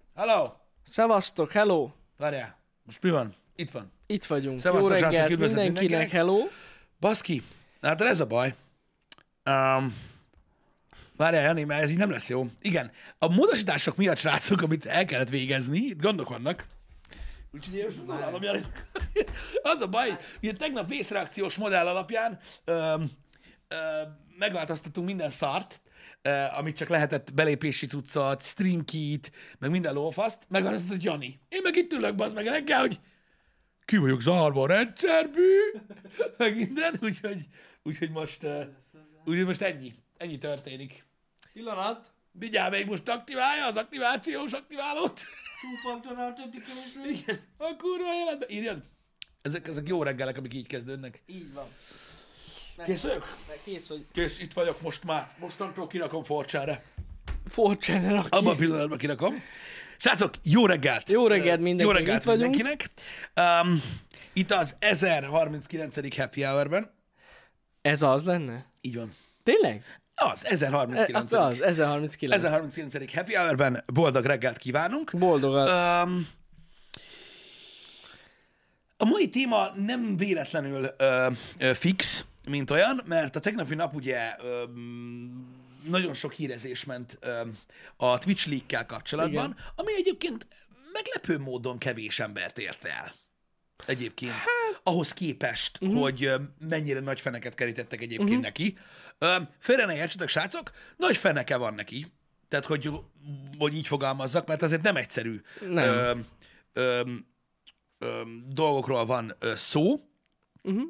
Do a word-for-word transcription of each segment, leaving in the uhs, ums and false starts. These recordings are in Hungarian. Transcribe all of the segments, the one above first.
Hello! Szevasztok, hello! Várjál, most mi van? Itt van. Itt vagyunk. Szevasztok, Jó srácok, reggelt üdvözlet mindenkinek, mindenkinek. hello! Baszki, hát ez a baj. Um, várjál, Jani, mert ez így nem lesz jó. Igen, a módosítások miatt, srácok, amit el kellett végezni, itt gondok vannak. Úgyhogy én most adom, Jani. Az a baj, hogy tegnap vészreakciós modell alapján öm, öm, megváltoztattunk minden szart, öm, amit csak lehetett, belépési cuccot, stream keyt, meg minden lófaszt, megváltoztatott Jani. Én meg itt ülök, bazd meg reggel, hogy ki vagyok zárva a rendszerbű, meg minden, úgyhogy, úgyhogy most, uh, úgyhogy most ennyi, ennyi történik. Pillanat! Vigyál, még most aktiválja az aktivációs aktiválót. Two-factor authentication. Igen, a kurva életbe. Írjad. Ezek, ezek jó reggelek, amik így kezdődnek. Így van. Kész vagyok? Kész vagy. Kész, itt vagyok most már. Mostantól kirakom Forcsára. Forcsára aki. Abban a pillanatban kirakom. Srácok, jó reggelt! Jó reggelt mindenkinek, Jó reggelt itt vagyunk. mindenkinek. Um, itt az ezerharminckilencedik happy hour-ben. Ez az lenne? Így van. Tényleg? Az, Ez ezerharminckilencedik az, ezerharminckilenc. ezerharminckilencedik happy hour-ben boldog reggelt kívánunk. Boldogan. Um, a mai téma nem véletlenül uh, uh, fix, mint olyan, mert a tegnapi nap ugye um, nagyon sok hírezés ment um, a Twitch leak-kel kapcsolatban, igen. Ami egyébként meglepő módon kevés embert ért el. Egyébként. Hát, ahhoz képest, uh-huh. hogy uh, mennyire nagy feneket kerítettek egyébként uh-huh. neki. Uh, félre ne értsetek, srácok, nagy feneke van neki. Tehát, hogy, hogy így fogalmazzak, mert azért nem egyszerű nem. Ö, ö, ö, dolgokról van ö, szó. Uh-huh.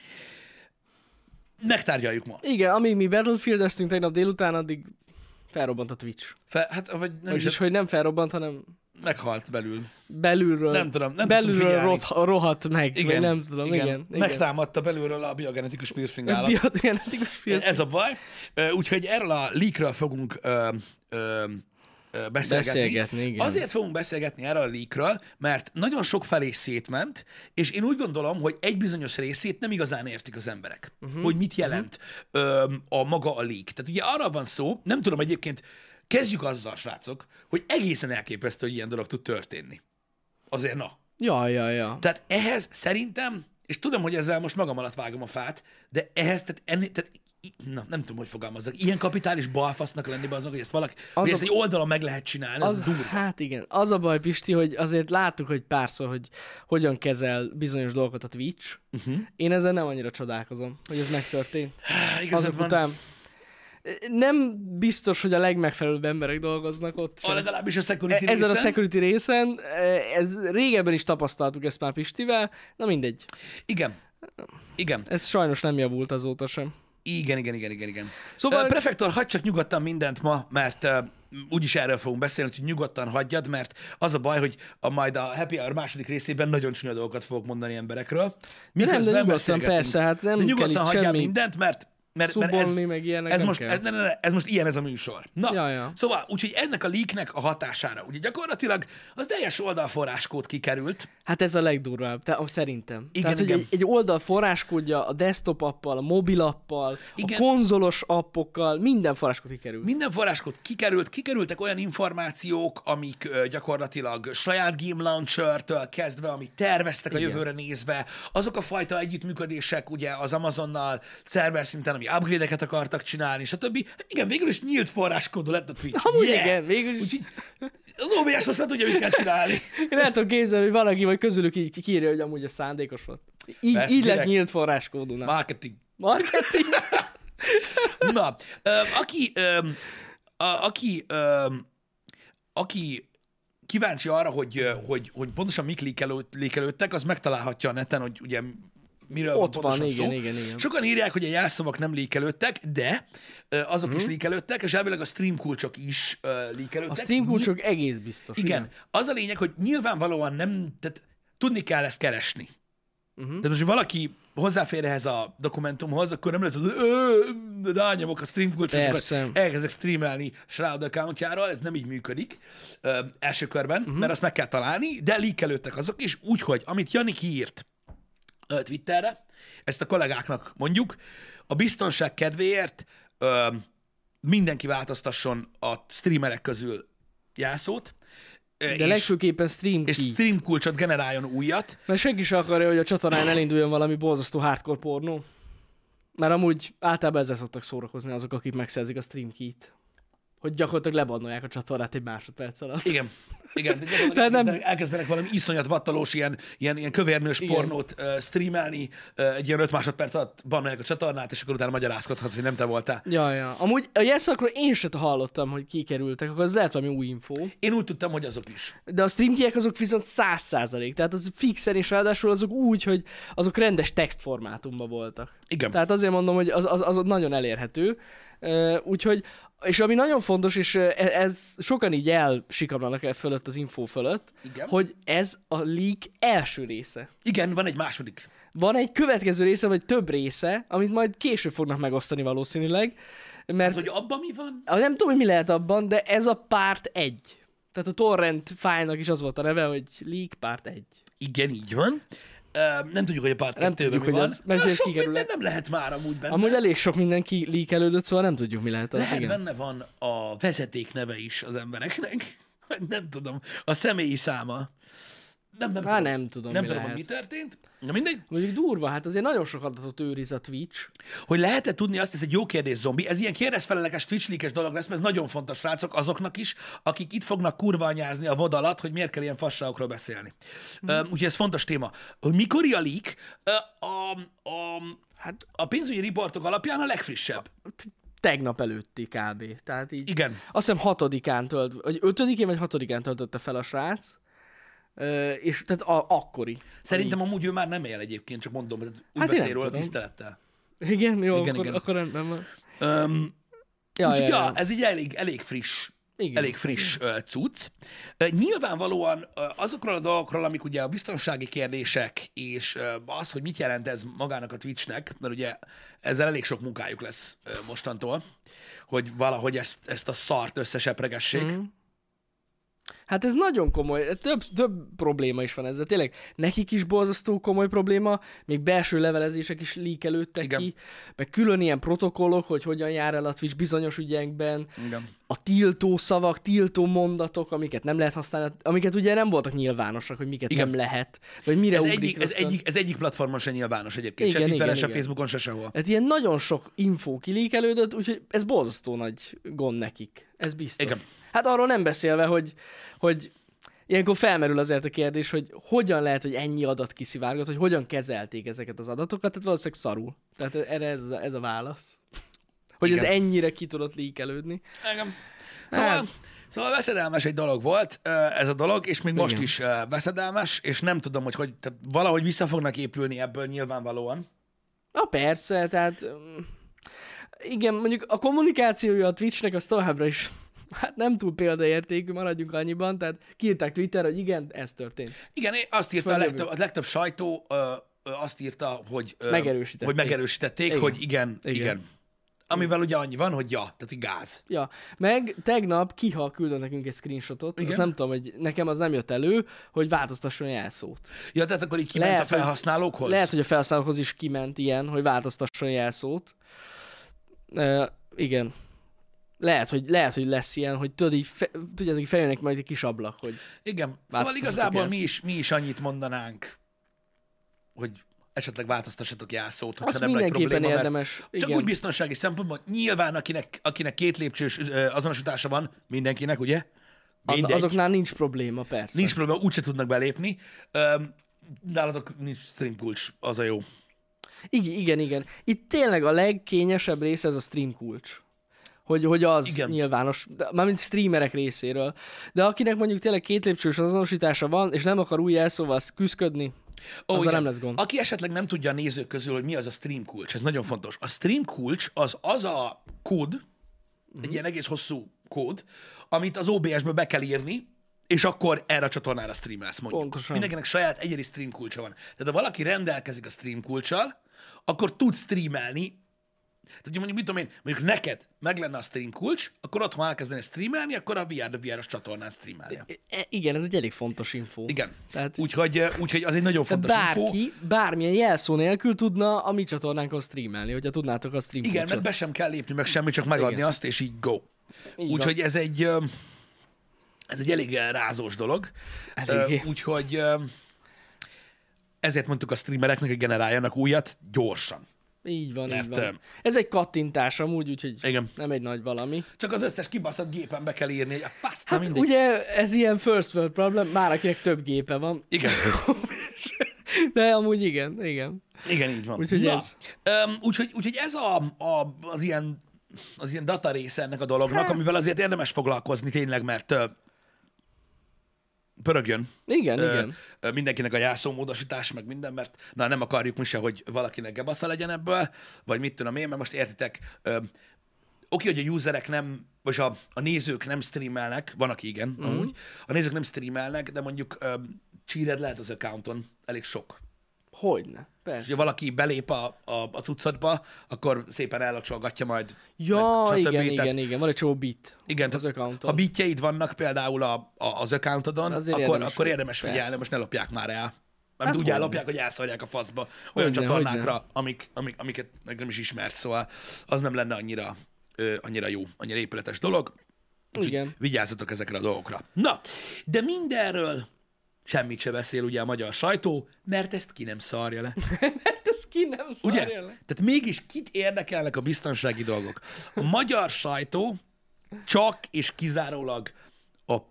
Megtárgyaljuk ma. Igen, amíg mi Battlefield-eztünk tegnap délután, addig felrobbant a Twitch. Fe, hát, vagy nem Vagyis, is, hogy nem felrobbant, hanem meghalt belül. belülről, Nem tudom, nem belülről tudtam roth, rohadt meg, Igen, vagy nem tudom, igen. igen, igen. Megtámadta belülről a biogenetikus piercing állat. Biogenetikus piercing. Ez a baj. Ö, Úgyhogy erről a leakről fogunk ö, ö, ö, beszélgetni. Beszélgetni, igen. Azért fogunk beszélgetni erről a leakről, mert nagyon sok felé szétment, és én úgy gondolom, hogy egy bizonyos részét nem igazán értik az emberek, uh-huh. hogy mit jelent uh-huh. ö, a maga a leak. Tehát ugye arra van szó, nem tudom egyébként, kezdjük azzal, srácok, hogy egészen elképesztő, hogy ilyen dolog tud történni. Azért na. Ja, ja, ja. Tehát ehhez szerintem, és tudom, hogy ezzel most magam alatt vágom a fát, de ehhez, tehát, ennél, tehát na, nem tudom, hogy fogalmazzak. Ilyen kapitális balfasznak lenni be aznak, hogy ezt valaki, az hogy a... ezt egy oldalon meg lehet csinálni, az, az durva. Hát igen. Az a baj, Pisti, hogy azért láttuk, hogy párszor, hogy hogyan kezel bizonyos dolgokat a Twitch. Uh-huh. Én ezzel nem annyira csodálkozom, hogy ez megtörtént. Igazad van. Után nem biztos, hogy a legmegfelelőbb emberek dolgoznak ott. A legalábbis a security Ezen részen. a security részen, ez régebben is tapasztaltuk ezt már Pistivel, na mindegy. Igen. Igen. Ez sajnos nem javult azóta sem. Igen, igen, igen, igen, igen. Szóval... Uh, Prefektor, hagyd csak nyugodtan mindent ma, mert uh, úgyis erről fogunk beszélni, hogy nyugodtan hagyjad, mert az a baj, hogy a, majd a Happy Hour második részében nagyon csúnya dolgokat fogok mondani emberekről. Nem, de nyugodtan persze, hát nem de nyugodtan kell itt hagyjál semmi mindent, mert mert, mert ez, meg ilyenek ez, nem most, kell. ez, ne, ne, ne, ez most ilyen ez a műsor. Na, Ja, ja. szóval, úgyhogy ennek a leaknek a hatására, ugye gyakorlatilag az teljes oldalforráskód kikerült. Hát ez a legdurvább, te, szerintem. Igen, Tehát, igen. hogy egy, egy oldal forráskódja a desktop appal, a mobil appal, Igen. a konzolos appokkal, minden forráskód kikerült. Minden forráskód kikerült, kikerültek olyan információk, amik ö, gyakorlatilag saját Game Launcher-től kezdve, amit terveztek Igen. a jövőre nézve, azok a fajta együttműködések ugye az Amazonnal szerver szinten, ami upgrade-eket akartak csinálni, stb. Igen, végül is nyílt forráskódol lett a Twitch. Amúgy Yeah! igen, végül is. Úgyhogy az o bé es most már tudja, mit kell csinálni. Én el tudom képzelni, hogy valaki vagy közülük így kiírja, hogy amúgy a szándékos volt. Így, Persze, így lett direkt. nyílt forráskódúnak. Marketing. Marketing. Na, ö, aki, ö, a, aki, ö, aki kíváncsi arra, hogy, hogy, hogy pontosan mik lékelődtek, az megtalálhatja a neten, hogy ugye miről Ott van van, pontosan igen, szó. igen, igen. Sokan írják, hogy a jelszavak nem lékelődtek, de ö, azok Mhm. is lékelődtek, és elvileg a stream kulcsok is ö, lékelődtek. A Steam kulcsok egész biztos. Igen. Az a lényeg, hogy nyilvánvalóan nem, tehát tudni kell ezt keresni. Uh-huh. Tehát most, hogy valaki hozzáfér ehhez a dokumentumhoz, akkor nem lesz az, hogy rányomok a stream kulcsot, és Persze. akkor elkezdek streamelni Shroud accountjáról, ez nem így működik ö, első körben, uh-huh. mert azt meg kell találni, de leakelődtek azok is, úgyhogy amit Jani kiírt ö, Twitterre, ezt a kollégáknak mondjuk, a biztonság kedvéért ö, mindenki változtasson a streamerek közül jelszót, De és, legfőképpen stream és key. stream kulcsot generáljon újat. Mert senki sem akarja, hogy a csatornán elinduljon valami borzasztó hardcore pornó. Mert amúgy általában ezzel szoktak szórakozni azok, akik megszerzik a stream key-t. Hogy gyakorlatilag lebannolják a csatornát egy másodperc alatt. Igen. Igen, de gyakorlatilag Tehát nem- elkezdenek, elkezdenek valami iszonyat vattalós, ilyen, ilyen, ilyen kövérnős Igen. pornót uh, streamelni, uh, egy ilyen öt másodperc alatt bannolják a csatornát, és akkor utána magyarázkodhatsz, hogy nem te voltál. Ja, ja. Amúgy a yes akkor én sem hallottam, hogy kikerültek, akkor ez lehet valami új info. Én úgy tudtam, hogy azok is. De a streamkeyek azok viszont száz százalék. Tehát az fixen, és ráadásul azok úgy, hogy azok rendes textformátumban voltak. Igen. Tehát azért mondom, hogy az, az, az ott nagyon elérhető. Ö, Úgyhogy, és ami nagyon fontos, és ö, ez sokan így elsikamlanak el fölött az info fölött, Igen. hogy ez a leak első része. Igen, van egy második. Van egy következő része, vagy több része, amit majd később fognak megosztani valószínűleg, mert Hát, hogy abban mi van? Ah, nem tudom, hogy mi lehet abban, de ez a párt egy. Tehát a torrent fájlnak is az volt a neve, hogy leak párt egy. Igen, így van. Uh, nem tudjuk, hogy a part Nem kettőben tudjuk, mi hogy van. az- mert Na, ez sok kikerül. minden nem lehet már amúgy benne. Amúgy elég sok minden kileakelődött, szóval nem tudjuk, mi lehet az. Lehet Igen. benne van a vezeték neve is az embereknek. Nem tudom. A személyi száma. Nem, nem Á, tudom. nem tudom, Nem mi tudom, lehet. hogy mi történt. Na mindegy. Mondjuk durva, hát azért nagyon sok adatot őriz a Twitch. Hogy lehet-e tudni azt, ez egy jó kérdés, zombi, ez ilyen kérdezfelelekes Twitch leakes dolog lesz, mert ez nagyon fontos, srácok, azoknak is, akik itt fognak kurványázni a vod alatt, hogy miért kell ilyen fasságokról beszélni. Mm. Uh, úgyhogy ez fontos téma. Hogy mikor a leak? Uh, a, a, Hát a pénzügyi riportok alapján a legfrissebb. tegnap előtti kb. Tehát így. Igen. Azt hiszem hatodikán tölt, vagy ötödikén vagy hatodikán töltötte fel a srác. Ö, és tehát a, akkori. Szerintem amúgy ő már nem él egyébként, csak mondom, hogy úgy Hát hát én beszél nem róla tudom. tisztelettel. Igen, jó, Igen, akkor, igen. akkor rendben van. Um, Ja, úgyhogy ja, ja, ja. ez így elég, elég friss. Igen. Elég friss uh, cucc. Uh, nyilvánvalóan uh, azokról a dolgokról, amik ugye a biztonsági kérdések, és uh, az, hogy mit jelent ez magának a Twitchnek, mert ugye ezzel elég sok munkájuk lesz uh, mostantól, hogy valahogy ezt, ezt a szart összesepregessék. Mhm. Hát ez nagyon komoly, több, több probléma is van ezzel. Tényleg nekik is borzasztó komoly probléma, még belső levelezések is líkelődtek Igen. ki, meg külön ilyen protokollok, hogy hogyan jár el a Twitch bizonyos ügyekben, Igen. a tiltó szavak, tiltó mondatok, amiket nem lehet használni, amiket ugye nem voltak nyilvánosak, hogy miket Igen. nem lehet, vagy mire Ez, ugrik egyik, ez, rögtön. egyik, ez egyik platformon se nyilvános egyébként, Igen, se Twitteren, igen, se igen. Facebookon, se sehol. Tehát ilyen nagyon sok infó kilíkelődött, úgyhogy ez borzasztó nagy gond nekik. Ez biztos. Igen. Hát arról nem beszélve, hogy, hogy ilyenkor felmerül azért a kérdés, hogy hogyan lehet, hogy ennyi adat kiszivárgott, hogy hogyan kezelték ezeket az adatokat, tehát valószínűleg szarul. Tehát erre ez a, ez a válasz. Hogy Igen. ez ennyire ki tudott líkelődni. Igen. Szóval, Hát. szóval veszedelmes egy dolog volt ö, ez a dolog, és még most Igen. is ö, veszedelmes, és nem tudom, hogy, hogy tehát valahogy vissza fognak épülni ebből nyilvánvalóan. Na persze, tehát mm, igen, mondjuk a kommunikációja a Twitchnek az továbbra is hát nem túl példaértékű, maradjunk annyiban, tehát kiírták Twitterre, hogy igen, ez történt. Igen, azt írta a Följövő. legtöbb, a legtöbb sajtó, ö, ö, azt írta, hogy, ö, Megerősítették. hogy megerősítették, Igen. hogy igen, igen, Igen. igen. Amivel ugye annyi van, hogy ja, tehát így gáz. Ja, meg tegnap Kiha küldött nekünk egy screenshotot, Igen. azt nem tudom, hogy nekem az nem jött elő, hogy változtasson a jelszót. Ja, tehát akkor így kiment Lehet, a felhasználókhoz? Hogy, lehet, hogy a felhasználókhoz is kiment ilyen, hogy változtasson a jelszót. Uh, igen. Lehet, hogy, lehet, hogy lesz ilyen, hogy tudod, így fe, tudjátok, hogy feljönnek majd egy kis ablak, hogy Igen, szóval Változtassatok igazából mi jelszót. is, mi is annyit mondanánk, hogy esetleg változtassatok jelszót, hogyha azt nem nagy mindenképpen probléma, mert érdemes. csak Igen. úgy biztonsági szempontból, nyilván akinek, akinek két lépcsős ö, azonosítása van, mindenkinek, ugye? A- Mindegy. Azoknál nincs probléma, persze. Nincs probléma, úgyse tudnak belépni. Öm, nálatok nincs stream kulcs, az a jó. Igen, igen, igen. Itt tényleg a legkényesebb része ez a stream kulcs. Hogy, hogy az Igen. igen. nyilvános, de- mármint streamerek részéről. De akinek mondjuk tényleg két lépcsős azonosítása van, és nem akar új jelszóval küzdködni, Ó, azzal igen. nem lesz gond. Aki esetleg nem tudja a nézők közül, hogy mi az a stream kulcs, ez nagyon fontos. A stream kulcs az az a kód, Mhm. egy ilyen egész hosszú kód, amit az o bé es-be be kell írni, és akkor erre a csatornára streamelsz, mondjuk. Pontosan. Mindenkinek saját egyedi stream kulcsa van. Tehát ha valaki rendelkezik a stream kulccsal, akkor tud streamelni. Tehát mondjuk, mit tudom én, mondjuk neked meg lenne a stream kulcs, akkor otthon elkezdeni streamelni, akkor a vé er vé er-es csatornán streamelje. E- igen, ez egy elég fontos info. Igen. Tehát Úgyhogy, úgyhogy az egy nagyon tehát fontos info. bárki, bármilyen jelszó nélkül tudna a mi csatornánkon streamelni, hogyha tudnátok a stream Igen, mert kulcsot. be sem kell lépni, meg semmi, csak megadni Igen. azt, és így go. Így Úgyhogy ez egy, ö, ez egy elég eh, rázós dolog. Eléggé. Ö, Úgyhogy ö, ezért mondtuk a streamereknek, hogy generáljanak újat gyorsan. Így van, Mert, így van. ö, Ez egy kattintás amúgy, úgyhogy Igen. nem egy nagy valami. Csak az összes kibaszott gépen be kell írni, hogy a fasz, na Hát mindegy. ugye ez ilyen first world problem, már akinek több gépe van. Igen. De amúgy igen, igen. Igen, így van. Úgyhogy Na, ez. öm, úgyhogy, úgyhogy ez a, a, az, ilyen, az ilyen data része ennek a dolognak, Hát. amivel azért érdemes foglalkozni tényleg, mert ö, pörögjön Igen, ö, igen. ö, mindenkinek a jászómódosítás, meg minden, mert na nem akarjuk mi se, hogy valakinek gebasza legyen ebből, vagy mit tudom én, mert most értitek, ö, oké, hogy a userek nem, vagy a, a nézők nem streamelnek, van, aki igen, mm. amúgy, a nézők nem streamelnek, de mondjuk ö, cheated lehet az accounton elég sok. Hogyne, persze. Ha valaki belép a, a, a cuccodba, akkor szépen ellocsolgatja majd. Ja, meg stb. igen, Tehát- igen, igen. Van egy csomó bit Igen, az tehát accounton. ha bitjeid vannak például a, a, az accountodon, Azért akkor érdemes akkor figyelni. érdemes figyelni, Persze. most ne lopják már el. Mert Hát hát úgy hogyne. ellopják, hogy elszórják a faszba olyan Hogyne, csatornákra, amik, amik, amiket meg nem is ismersz, szóval az nem lenne annyira, ö, annyira jó, annyira épületes dolog. Úgyhogy Igen. vigyázzatok ezekre a dolgokra. Na, de mindenről semmit se beszél ugye a magyar sajtó, mert ezt ki nem szarja le. Hát ez ki nem Ugye? szarja le. Tehát mégis kit érdekelnek a biztonsági dolgok? A magyar sajtó csak és kizárólag a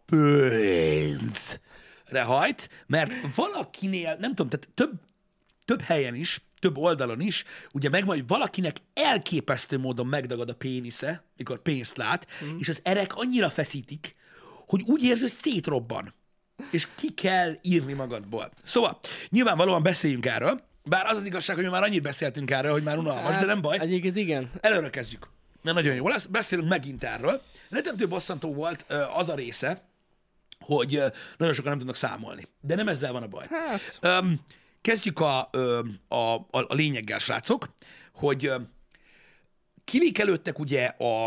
pénzre hajt, mert valakinél, nem tudom, tehát több, több helyen is, több oldalon is, ugye megvan, hogy valakinek elképesztő módon megdagad a pénisze, mikor pénzt lát, mm. és az erek annyira feszítik, hogy úgy érzi, hogy szétrobban. És ki kell írni magadból. Szóval, nyilvánvalóan beszéljünk erről, bár az az igazság, hogy mi már annyit beszéltünk erről, hogy már unalmas, de nem baj. Egyébként igen. Előre kezdjük. Mert nagyon jó lesz. Beszélünk megint erről. Rettentő bosszantó volt ö, az a része, hogy ö, nagyon sokan nem tudnak számolni. De nem ezzel van a baj. Hát, Öm, kezdjük a, ö, a, a, a lényeggel, srácok, hogy ö, kilékelődtek ugye a,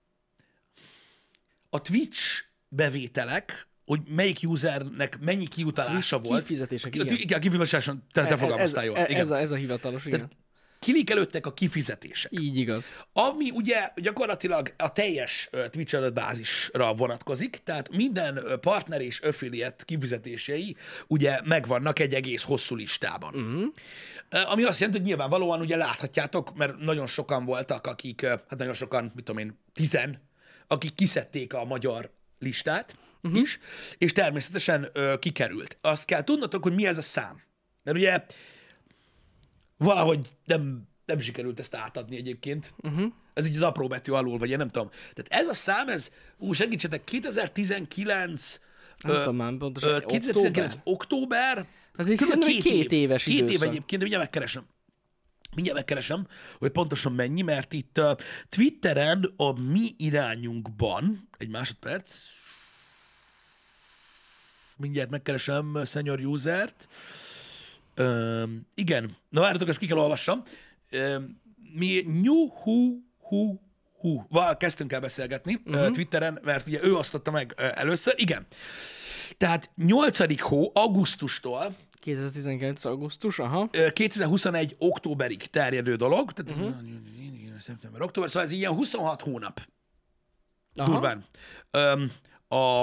a Twitch bevételek, hogy melyik usernek mennyi kiutalása Twitch volt. kifizetések, Ki- igen. Igen, a kifizetésen, te, te ez, fogalmaztál jól. ez, Igen. ez, a, ez a hivatalos, igen. Tehát kilékelődtek a kifizetések. Így igaz. Ami ugye gyakorlatilag a teljes ö, Twitch adatbázisra vonatkozik, tehát minden ö, partner és affiliate kifizetései ugye megvannak egy egész hosszú listában. Uh-huh. Ami azt jelenti, hogy nyilvánvalóan ugye láthatjátok, mert nagyon sokan voltak, akik, ö, hát nagyon sokan, mit tudom én, tizen, akik kiszedték a magyar listát uh-huh. is, és természetesen ö, kikerült. Azt kell tudnotok, hogy mi ez a szám. Mert ugye valahogy nem, nem sikerült ezt átadni egyébként. Uh-huh. Ez így az apró betű alul, vagy én nem tudom. Tehát ez a szám, ez, ú, segítsetek, kétezer-tizenkilenc, Nem ö, tudom már pontosan. ö, kétezer-tizenkilenc október, Tehát ez körülbelül szerintem egy két éves Két év időszak. egyébként, de mindjárt megkeresem. Mindjárt megkeresem, hogy pontosan mennyi, mert itt uh, Twitteren a mi irányunkban, egy másodperc, mindjárt megkeresem uh, senior usert. Um, igen, na várjatok, ezt ki kell olvassam. Um, mi new hu hu hu val kezdtünk el beszélgetni uh-huh. uh, Twitteren, mert ugye ő osztotta meg uh, először. Igen. Tehát nyolcadik hó, augusztustól kétezer-tizenkilenc augusztus, aha. ö, kétezer-huszonegy októberig terjedő dolog, tehát uh-huh. szeptember, október, szóval ez ilyen huszonhat hónap. aha. Durván. Öm, a,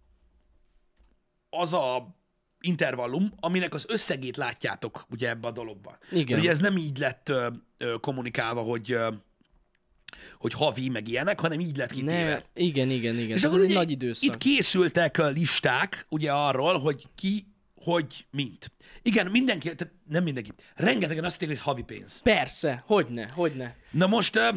az a intervallum, aminek az összegét látjátok ugye ebbe a dologban. Igen. Mert ugye ez nem így lett ö, ö, kommunikálva, hogy, ö, hogy havi, meg ilyenek, hanem így lett kitéve. Ne, igen, igen, igen. És Ez akkor egy ugye nagy időszak. itt készültek a listák ugye arról, hogy ki, hogy, mint. Igen, mindenki, tehát nem mindenki, rengetegen azt hitték, hogy ez havi pénz. Persze, hogyne, hogyne. Na most uh,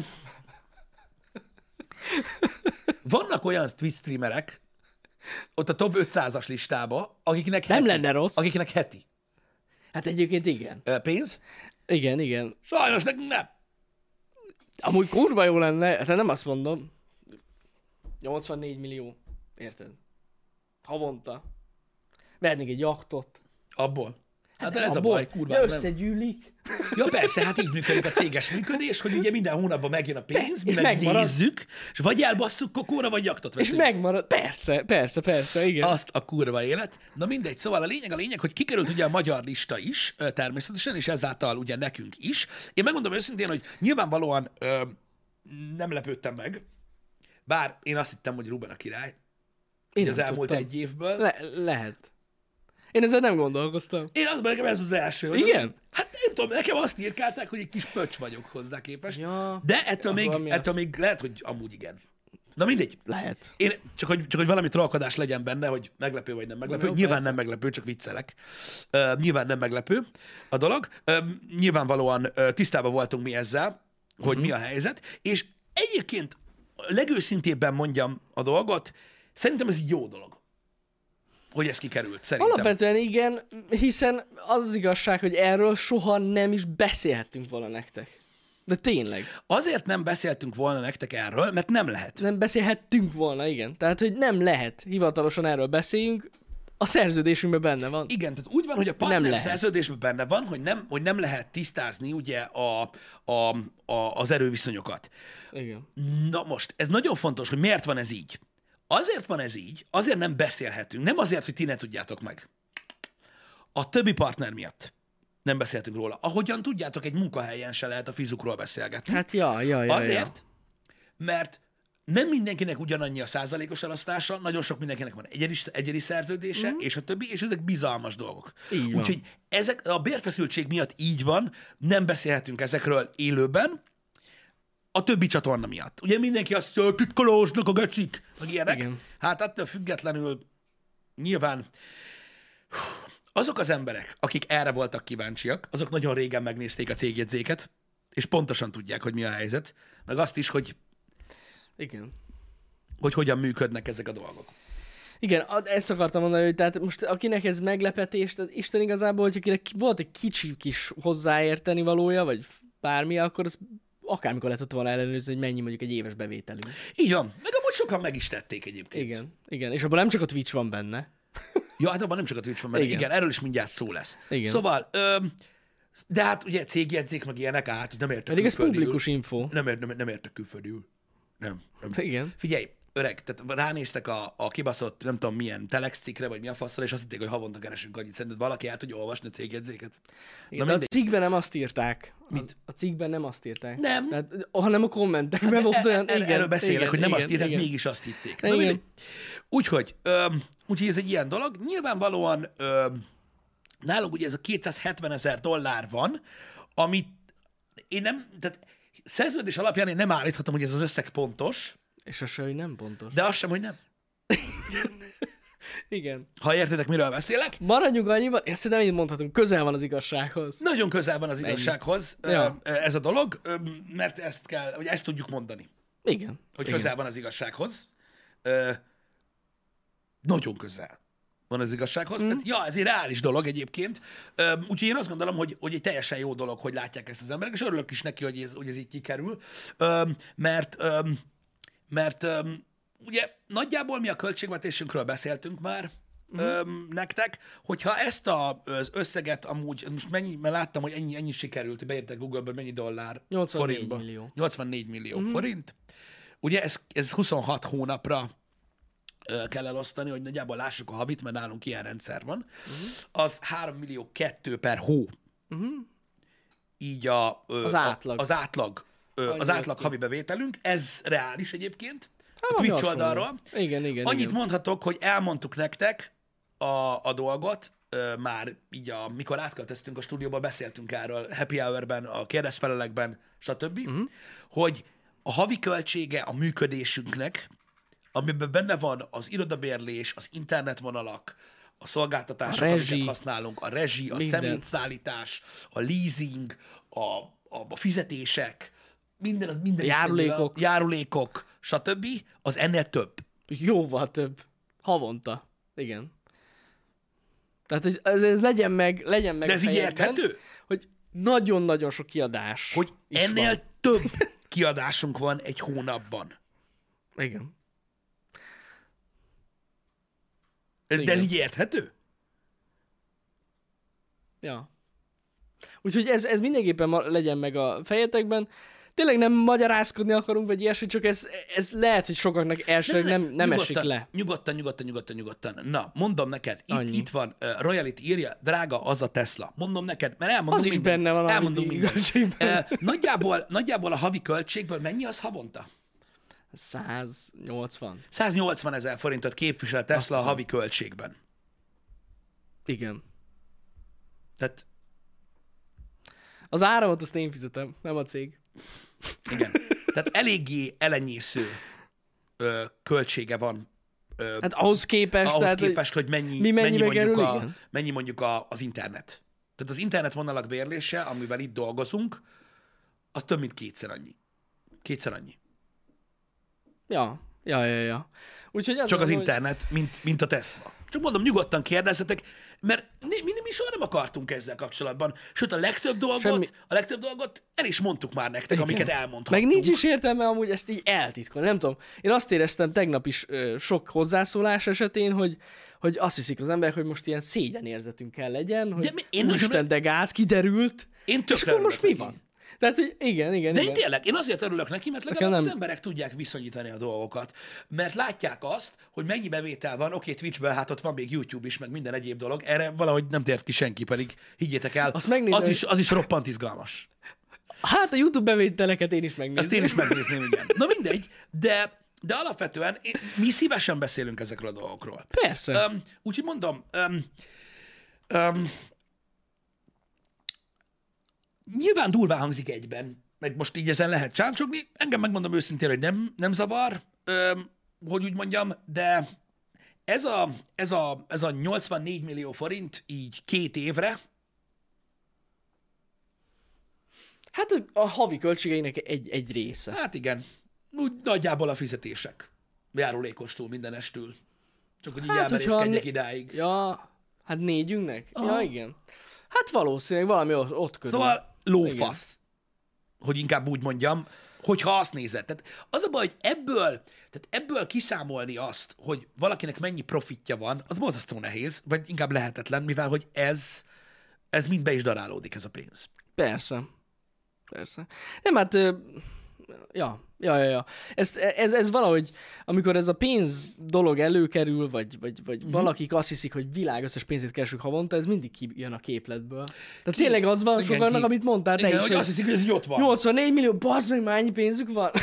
vannak olyan Twitch streamerek ott a top ötszázas listába, akiknek Nem heti, lenne rossz. akiknek heti Hát egyébként igen. uh, pénz. Igen, igen. Sajnos nekünk nem. Amúgy kurva jó lenne, hát nem azt mondom. nyolcvannégy millió, érted? Havonta. Vehetnék egy jachtot. Abból. Hát, hát ez abból, a baj, kurva. de Nem. összegyűlik. Ja persze, hát így működik a céges működés, hogy ugye minden hónapban megjön a pénz, mi és meg megmarad. nézzük, és vagy elbasszuk kokóra, vagy jaktot És veszünk. megmarad. Persze, persze, persze, igen. Azt a kurva élet. Na mindegy, szóval a lényeg a lényeg, hogy kikerült ugye a magyar lista is, ö, természetesen, és ezáltal ugye nekünk is. Én megmondom őszintén, hogy nyilvánvalóan ö, nem lepődtem meg, bár én azt hittem, hogy Ruben a király, Én az nem elmúlt tudtam. egy évből. Le- lehet. Én ezzel nem gondolkoztam. Én azt nekem ez az első. hogy- Igen? Hát nem tudom, nekem azt írkálták, hogy egy kis pöcs vagyok hozzá képest. Ja, De ettől, ja, még, valami ettől még lehet, hogy amúgy igen. Na mindegy. Lehet. Én, csak, hogy, csak hogy valami trollkodás legyen benne, hogy meglepő vagy nem meglepő. Jó, nyilván persze. nem meglepő, csak viccelek. Uh, nyilván nem meglepő a dolog. Uh, nyilvánvalóan uh, tisztában voltunk mi ezzel, hogy Mhm. mi a helyzet, és egyébként legőszintébben mondjam a dolgot, szerintem ez egy jó dolog, hogy ez kikerült, szerintem. Alapvetően igen, hiszen az az igazság, hogy erről soha nem is beszélhettünk volna nektek. De tényleg. Azért nem beszéltünk volna nektek erről, mert nem lehet. Nem beszélhettünk volna, igen. Tehát, hogy nem lehet hivatalosan erről beszéljünk, a szerződésünkben benne van. Igen, tehát úgy van, hogy a partner lehet. szerződésben benne van, hogy nem, hogy nem lehet tisztázni ugye a, a, a, az erőviszonyokat. Igen. Na most, ez nagyon fontos, hogy miért van ez így. Azért van ez így, azért nem beszélhetünk, nem azért, hogy ti ne tudjátok meg. A többi partner miatt nem beszéltünk róla. Ahogyan tudjátok, egy munkahelyen se lehet a fizukról beszélgetni. Hát ja, ja, ja. Azért, mert nem mindenkinek ugyanannyi a százalékos elosztása, nagyon sok mindenkinek van egyedi, egyedi szerződése, mm. és a többi, és ezek bizalmas dolgok. Így van. Úgyhogy ezek, a bérfeszültség miatt így van, nem beszélhetünk ezekről élőben, a többi csatorna miatt. Ugye mindenki azt mondja, hogy titkolósnak a gecik, meg ilyenek. Igen. Hát attól függetlenül nyilván azok az emberek, akik erre voltak kíváncsiak, azok nagyon régen megnézték a cégjegyzéket, és pontosan tudják, hogy mi a helyzet, meg azt is, hogy Igen. hogy hogyan működnek ezek a dolgok. Igen, a- ezt akartam mondani, hogy tehát most akinek ez meglepetés, tehát Isten igazából, hogy akinek volt egy kicsi kis hozzáérteni valója, vagy bármi, akkor az akármikor lehetett volna ellenőrizni, hogy mennyi mondjuk egy éves bevételünk. Így van. Meg amúgy sokan meg is tették egyébként. Igen, igen. És abban nem csak a Twitch van benne. Ja, hát abban nem csak a Twitch van, mert igen. Igen. igen, erről is mindjárt szó lesz. Igen. Szóval, öm, de hát ugye cégjegyzék meg ilyenek, hát nem értek Pedig ez külföldül. publikus info. Nem, ér, nem, nem értek külföldül. Nem, nem. Igen. Figyelj, öreg, tehát ránéztek a, a kibaszott, nem tudom milyen telex cikkre, vagy mi a faszra, és azt hitték, hogy havonta keresünk annyit. Szerinted valaki el tudja olvasni a cégjegyzéket? Igen, Na de a cikkben nem azt írták. Mit? Az, a cikkben nem azt írták. Nem. Tehát, hanem a kommentekben volt olyan... Er, igen, erről beszélek, igen, hogy nem igen, azt írták, igen. mégis azt hitték. Na, Igen. mindegy. Úgyhogy, öm, úgyhogy ez egy ilyen dolog. Nyilvánvalóan öm, nálunk ugye ez a kétszázhetven ezer dollár van, amit én nem, tehát szerződés alapján én nem állíthatom, hogy ez az összeg pontos, És az se, hogy nem pontos. de az sem, hogy nem. Igen. Ha értitek, miről beszélek. Maradjunk annyiban, én szerintem így mondhatunk, közel van az igazsághoz. Nagyon közel van az igazsághoz Ja. ö, ez a dolog, ö, mert ezt kell, vagy ezt tudjuk mondani, Igen. hogy Igen. közel van az igazsághoz. Ö, Nagyon közel van az igazsághoz. Mm. Tehát, ja, ez egy reális dolog egyébként. Ö, Úgyhogy én azt gondolom, hogy, hogy egy teljesen jó dolog, hogy látják ezt az emberek, és örülök is neki, hogy ez, hogy ez így kikerül. Ö, Mert, ö, mert ö, ugye nagyjából mi a költségvetésünkről beszéltünk már, mm. ö, nektek, hogyha ezt a, az összeget amúgy, most mennyi, mert láttam, hogy ennyi, ennyi sikerült, beírták Google-ből, mennyi dollár nyolcvannégy forintba. millió. nyolcvannégy millió Mhm. forint. Ugye ez, ez huszonhat hónapra ö, kell elosztani, hogy nagyjából lássuk a havit, mert nálunk ilyen rendszer van. Uh-huh. Az három millió kettő per hó. Uh-huh. Így a, ö, Az átlag. A, az átlag, ö, Annyi az jött átlag ki. havi bevételünk. Ez reális egyébként. A valami Twitch hasonló. oldalról. Igen, igen, Annyit igen. mondhatok, hogy elmondtuk nektek a, a dolgot, ö, már így, a, mikor átköltöztünk a stúdióba, beszéltünk erről happy hour-ben, a kérdezfelelekben, stb., uh-huh. hogy a havi költsége a működésünknek, amiben benne van az irodabérlés, az internetvonalak, a szolgáltatások, A rezsi. amiket használunk, a rezsi, a Minden. szemétszállítás, a leasing, a, a, a fizetések, minden, az minden Járulékok. járulékok, stb., az ennél több. Jóval több. Havonta. Igen. Tehát ez, ez, ez legyen meg, legyen meg De a ez így fejedben, érthető? hogy nagyon-nagyon sok kiadás Hogy is ennél van. több kiadásunk van egy hónapban. Igen. Ez, de Igen. ez így érthető? Ja. Úgyhogy ez, ez mindenképpen ma- legyen meg a fejetekben. Tényleg nem magyarázkodni akarunk, vagy ilyesmi, csak ez, ez lehet, hogy sokaknak elsőleg nem, nem nyugodtan, esik le. Nyugodtan, nyugodtan, nyugodtan, nyugodtan. Na, mondom neked, itt, Annyi. itt van, uh, Royality írja, drága, az a Tesla. Mondom neked, mert elmondom Az is mindent. benne van, amit Elmondom mindent. igazságban. Uh, nagyjából, nagyjából a havi költségből mennyi az havonta? száznyolcvan. száznyolcvan ezer forintot képvisel Tesla a havi költségben. Igen. Tehát Az áramot azt én fizetem, nem a cég. igen. Tehát eléggé elenyésző ö, költsége van. Ö, Hát ahhoz képest, ahhoz tehát, képest, hogy mennyi, mi mennyi, mennyibe mondjuk, kerül, a, igen. mennyi mondjuk a, az internet. Tehát az internetvonalak bérlése, amivel itt dolgozunk, az több mint kétszer annyi. Kétszer annyi. Ja, ja, ja, ja. Úgyhogy az Csak az hogy... internet, mint, mint a Tesla. Csak mondom, nyugodtan kérdezzetek, mert mi, mi, mi soha nem akartunk ezzel kapcsolatban. Sőt, a legtöbb dolgot, Semmi. a legtöbb dolgot el is mondtuk már nektek, Igen. amiket elmondhattunk. Meg nincs is értelme amúgy ezt így eltitkolni, nem tudom. Én azt éreztem tegnap is ö, sok hozzászólás esetén, hogy, hogy azt hiszik az emberek, hogy most ilyen szégyenérzetünk kell legyen, hogy mi- én úristen, nagyon- de gáz, kiderült. Én És tökre akkor most mi örülök neki. van? Tehát, hogy igen, igen, De igen. én tényleg, én azért örülök neki, mert Nekem legalább az nem. emberek tudják viszonyítani a dolgokat. Mert látják azt, hogy mennyi bevétel van, oké, Twitchben, hát ott van még YouTube is, meg minden egyéb dolog. Erre valahogy nem tért ki senki, pedig higgyétek el, Azt megnézem, az is, az is roppant izgalmas. Hát a YouTube bevételeket én is megnézem. Azt én is megnézném, igen. Na mindegy, de, de alapvetően én, mi szívesen beszélünk ezekről a dolgokról. Persze. Um, úgyhogy mondom, um, um, nyilván durván hangzik egyben, meg most így ezen lehet csáncsogni. Engem megmondom őszintén, hogy nem, nem zavar, um, hogy úgy mondjam, de ez a, ez, a, ez a nyolcvannégy millió forint így két évre, Hát a, a havi költségeinek egy, egy része. hát igen, úgy nagyjából a fizetések. Járulékostól, mindenestől. Csak hogy így Hát, hogyha elmerészkedjek né- idáig. Ja, hát négyünknek? Aha. Ja, igen. Hát valószínűleg valami ott, ott körül. Szóval lófasz, hogy inkább úgy mondjam, hogyha azt nézed. Tehát az a baj, hogy ebből, tehát ebből kiszámolni azt, hogy valakinek mennyi profitja van, az borzasztó nehéz, vagy inkább lehetetlen, mivel hogy ez, ez mind be is darálódik, ez a pénz. Persze. Persze. Nem, hát... ö, Ja, ja, ja, ja. Ezt, ez, ez valahogy, amikor ez a pénz dolog előkerül, vagy, vagy, vagy uh-huh. valakik azt hiszik, hogy világösszes pénzét keresünk havonta, ez mindig kijön a képletből. Tehát Ki- tényleg az van igen, sokaknak, ki- amit mondtál te Igen, is, hogy hogy azt hiszik, hogy ez így ott van. nyolcvannégy millió, bazd meg, már ennyi pénzük van.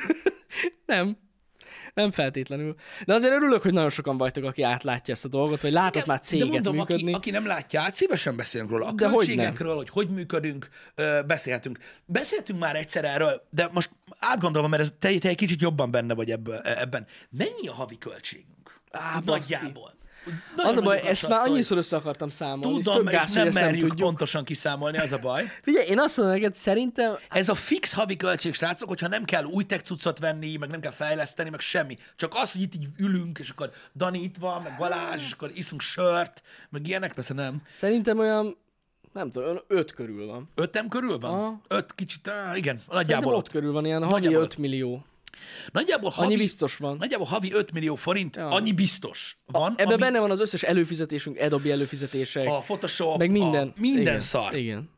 Nem. Nem feltétlenül. De azért örülök, hogy nagyon sokan vagytok, aki átlátja ezt a dolgot, vagy látott már De céget mondom, működni. aki, aki nem látja át, szívesen beszélünk róla. A De hogy költségekről, hogy hogy működünk, ö, beszélhetünk. Beszéltünk már egyszer erről, de most átgondolom, mert ez, te, te egy kicsit jobban benne vagy ebből, ebben. Mennyi a havi költségünk? Á, Úgy baszki. nagyjából. Úgy Az nagyon a baj, nagyokat ezt már satszolj. annyiszor össze akartam számolni, és Tudom, tök és gáz, hogy nem ezt nem merjük tudjuk. pontosan kiszámolni, az a baj. Figyelj, én azt mondom neked, szerintem Ez a fix havi költség, srácok, hogyha nem kell új tech cuccot venni, meg nem kell fejleszteni, meg semmi. Csak az, hogy itt így ülünk, és akkor Dani itt van, meg Balázs, és akkor iszunk sört, meg ilyenek, persze nem. Szerintem olyan, nem tudom, olyan öt körül van. Ötem körül van? Aha. Öt kicsit, á, igen, Szerintem nagyjából ott ott. körül van, ilyen havi Nagyjából öt millió. Nagyjából havi, Annyi biztos van. Nagyjából havi öt millió forint, Ja. annyi biztos van, Ebben ami benne van az összes előfizetésünk, Adobe előfizetések, a Photoshop, meg minden. a minden Igen. szar. Igen.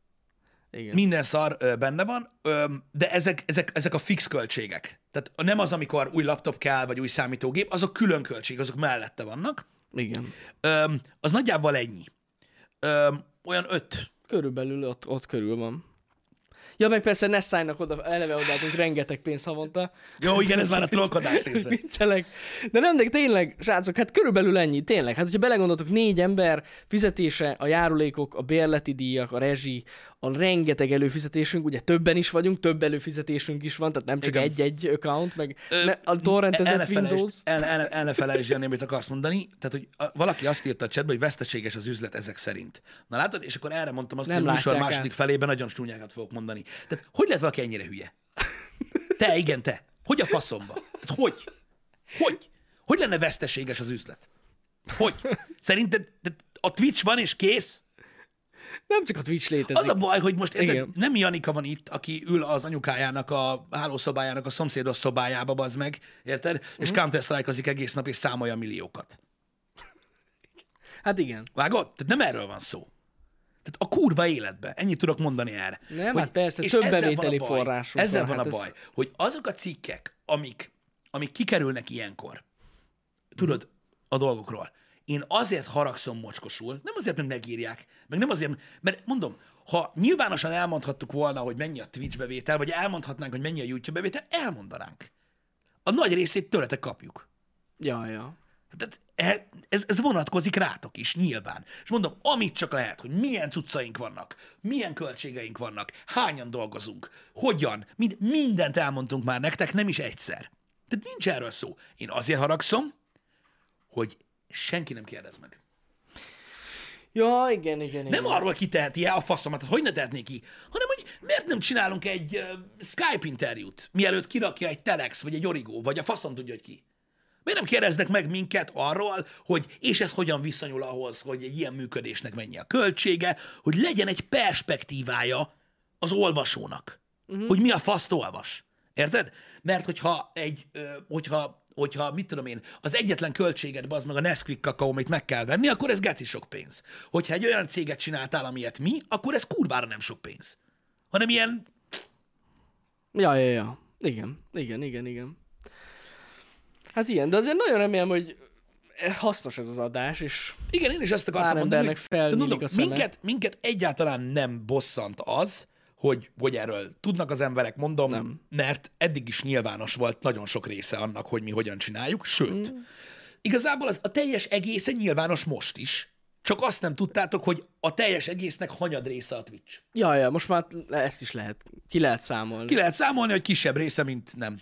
Igen. Minden szar ö, benne van, ö, de ezek, ezek, ezek a fix költségek. Tehát nem az, amikor új laptop kell, vagy új számítógép, azok külön költség, azok mellette vannak. Igen. Ö, az nagyjából ennyi. Ö, olyan öt. Körülbelül ott, ott körül van. Ja, meg persze ne szállnak oda, eleve odaadunk rengeteg pénz havonta. Jó, igen, ez már a trollkodás része. Viccelek. De nem, de tényleg, srácok, hát körülbelül ennyi, tényleg. Hát, hogyha belegondoltok, négy ember fizetése, a járulékok, a bérleti díjak, a rezsi, a rengeteg előfizetésünk, ugye többen is vagyunk, több előfizetésünk is van, tehát nem csak Igen. egy-egy account, meg Ö, ne, a torrentezett el ne felejtsd- Windows. El, el, el ne felejtsd, Jani, amit akarsz mondani. Tehát, hogy a, valaki azt írta a chatbe, hogy veszteséges az üzlet ezek szerint. Na látod, és akkor erre mondtam azt, Nem hogy a műsor látják második át. felében nagyon csúnyákat fogok mondani. Tehát, hogy lehet valaki ennyire hülye? Te, igen, te. Hogy a faszomba? Tehát, hogy? Hogy? Hogy lenne veszteséges az üzlet? Hogy? Szerinted tehát a Twitch van és kész? Nem csak a Twitch létezik. Az a baj, hogy most érted, Igen. nem Janika van itt, aki ül az anyukájának a hálószobájának a szomszédos szobájába, bazd meg, érted? Mhm. És Counter-Strike-ozik egész nap, és számolja milliókat. Hát igen. Vágod? Tehát nem erről van szó. Tehát a kurva életbe. Ennyit tudok mondani erre. Nem, hát persze, és több ezzel van a bevételi baj, forrásunk Ezzel van, van hát a ez- baj, hogy azok a cikkek, amik, amik kikerülnek ilyenkor, tudod, a dolgokról, én azért haragszom mocskosul, nem azért, mert megírják, meg nem azért, mert mondom, ha nyilvánosan elmondhattuk volna, hogy mennyi a Twitch bevétel, vagy elmondhatnánk, hogy mennyi a YouTube bevétel, elmondanánk. a nagy részét tőletek kapjuk. Ja, ja. Tehát e- ez, ez vonatkozik rátok is, nyilván. És mondom, amit csak lehet, hogy milyen cuccaink vannak, milyen költségeink vannak, hányan dolgozunk, hogyan, mind, mindent elmondtunk már nektek, nem is egyszer. Tehát nincs erről szó. Én azért haragszom, hogy senki nem kérdez meg. Ja, igen, igen, igen. Nem arról kiteheti el a faszomat, hogy ne tehetné ki, hanem hogy miért nem csinálunk egy uh, Skype interjút, mielőtt kirakja egy Telex, vagy egy Origo, vagy a faszom tudja, hogy ki. Miért nem kérdeznek meg minket arról, hogy és ez hogyan viszonyul ahhoz, hogy egy ilyen működésnek mennyi a költsége, hogy legyen egy perspektívája az olvasónak, uh-huh. hogy mi a faszt olvas. Érted? Mert hogyha egy, ö, hogyha, hogyha, mit tudom én, az egyetlen költséged, az meg a Nesquik kakaó, amit meg kell venni, akkor ez geci sok pénz. Hogyha egy olyan céget csináltál, amilyet mi, akkor ez kurvára nem sok pénz. Hanem ilyen... Ja, ja, ja. Igen, igen, igen, igen. Hát ilyen, de azért nagyon remélem, hogy hasznos ez az adás, és igen, én is ezt akartam pár mondani, embernek hogy felnyílik mondom, a szeme. minket, minket egyáltalán nem bosszant az, hogy, hogy erről tudnak az emberek, mondom, Nem. mert eddig is nyilvános volt nagyon sok része annak, hogy mi hogyan csináljuk, sőt, mm. igazából az, a teljes egész egy nyilvános most is, csak azt nem tudtátok, hogy a teljes egésznek hanyad része a Twitch. Ja, ja, most már ezt is lehet, ki lehet számolni. Ki lehet számolni, hogy kisebb része, mint nem.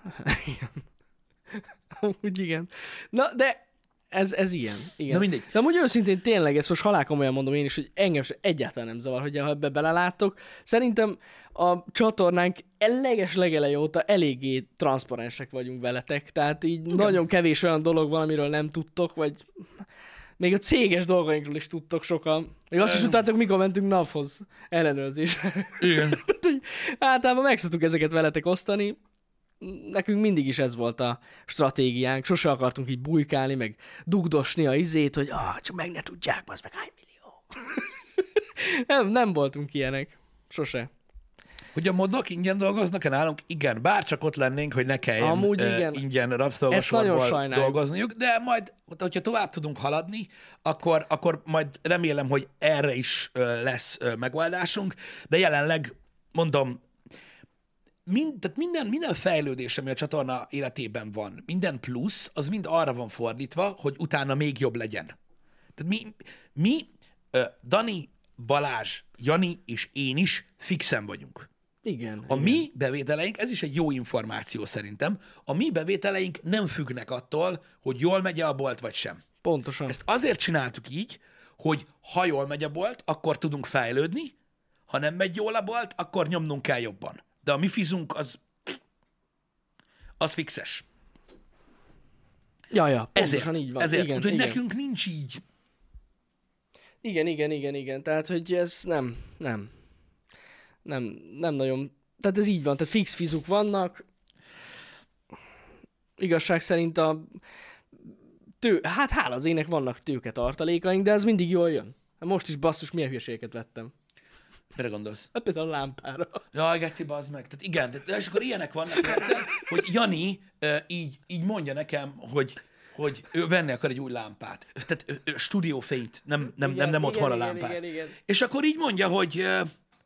Úgy igen. Na, de ez, ez ilyen. Igen. Na mindegy. De amúgy őszintén tényleg, ezt most halálkomolyan mondom én is, hogy engem se egyáltalán nem zavar, hogy ha ebbe beleláttok. Szerintem a csatornánk leges legelej óta eléggé transzparensek vagyunk veletek, tehát így igen. Nagyon kevés olyan dolog van, amiről nem tudtok, vagy még a céges dolgainkról is tudtok sokan. Még azt is tudtátok, mikor mentünk NAV-hoz ellenőrzésre. Igen. Tehát, hogy általában meg szoktuk ezeket veletek osztani. Nekünk mindig is ez volt a stratégiánk. Sose akartunk így bujkálni, meg dugdosni a izét, hogy ah, csak meg ne tudják, az meg hány millió. nem, nem voltunk ilyenek. Sose. Hogy a modok ingyen dolgoznak-e nálunk? Igen, bár csak ott lennénk, hogy ne kelljen Amúgy uh, igen. ingyen Ezt nagyon rabszolgasorban sajnáljuk. dolgozniuk, de majd, hogyha tovább tudunk haladni, akkor, akkor majd remélem, hogy erre is uh, lesz uh, megoldásunk, de jelenleg mondom, mind, tehát minden, minden fejlődés, ami a csatorna életében van, minden plusz, az mind arra van fordítva, hogy utána még jobb legyen. Tehát mi, mi uh, Dani, Balázs, Jani és én is fixen vagyunk. Igen. A igen. mi bevételeink, ez is egy jó információ szerintem, a mi bevételeink nem függnek attól, hogy jól megy a bolt vagy sem. Pontosan. Ezt azért csináltuk így, hogy ha jól megy a bolt, akkor tudunk fejlődni, ha nem megy jól a bolt, akkor nyomnunk kell jobban. De a mi fizunk az, az fixes. Ja, ja, Ezért, pontosan így van. ezért. Igen, Úgyhogy igen. nekünk nincs így. Igen, igen, igen, igen. Tehát, hogy ez nem, nem. Nem, nem nagyon. Tehát ez így van. Tehát fix fizuk vannak. Igazság szerint a tő... Hát hála az ének vannak tőke tartalékaink, de ez mindig jól jön. Most is basszus, milyen hülyeségeket vettem. Mire gondolsz? Hát például a lámpára. Jaj, geci, bazd meg. Tehát igen, de, és akkor ilyenek vannak, érted, hogy Jani uh, így, így mondja nekem, hogy, hogy ő venni akar egy új lámpát. Tehát ő, ő, stúdiófényt, nem, nem, Igen, nem, nem igen, otthon a igen, lámpát. igen, igen. És akkor így mondja, hogy uh,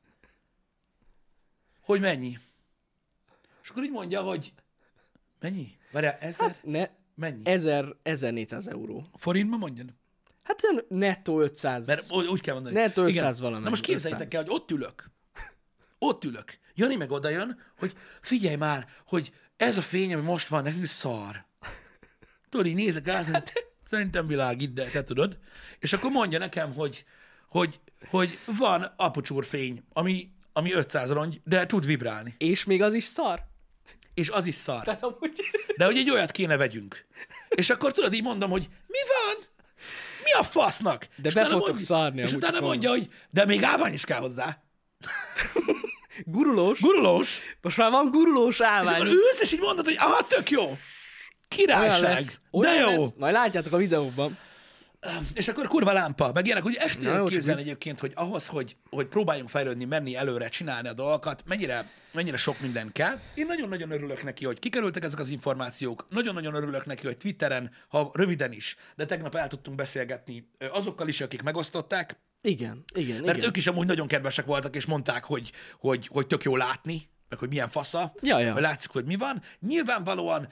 hogy mennyi. És akkor így mondja, hogy mennyi? Várjál, ezer? Hát ne, Mennyi? ezer, ezernégyszáz euró. Forintban mondjon? Hát olyan nettó ötszáz. Mert úgy úgy kell mondani. Nettó Igen. ötszáz valamennyi. Na most képzeljétek ötszáz. el, hogy ott ülök. Ott ülök. Jani meg oda jön, hogy figyelj már, hogy ez a fény, ami most van, nekünk szar. Tudod, így nézek át, hogy szerintem világít, de te tudod. És akkor mondja nekem, hogy, hogy, hogy van apucsúr fény, ami, ami ötszáz rongy, de tud vibrálni. És még az is szar? És az is szar. Tehát amúgy... De hogy egy olyat kéne vegyünk. És akkor tudod, így mondom, hogy mi van? Mi a fasznak? De és be utána fogtok mondja- szarni És amúgy, utána csak mondja, hogy de még állvány is kell hozzá. Gurulós? Gurulós. Most már van gurulós És akkor állvány. ülsz, és így mondod, hogy aha, tök jó. Olyan Királyság. lesz. De Olyan jó. lesz. Majd látjátok a videóban. És akkor kurva lámpa, meg ilyenek, hogy ezt Na, tudod jó, képzelni vicc. egyébként, hogy ahhoz, hogy, hogy próbáljunk fejlődni, menni előre, csinálni a dolgokat, mennyire, mennyire sok minden kell. Én nagyon-nagyon örülök neki, hogy kikerültek ezek az információk, nagyon-nagyon örülök neki, hogy Twitteren, ha röviden is, de tegnap el tudtunk beszélgetni ö, azokkal is, akik megosztották, Igen, igen, mert igen. ők is amúgy nagyon kedvesek voltak, és mondták, hogy, hogy, hogy tök jó látni, meg hogy milyen fasza, Ja, ja. hogy látszik, hogy mi van. Nyilvánvalóan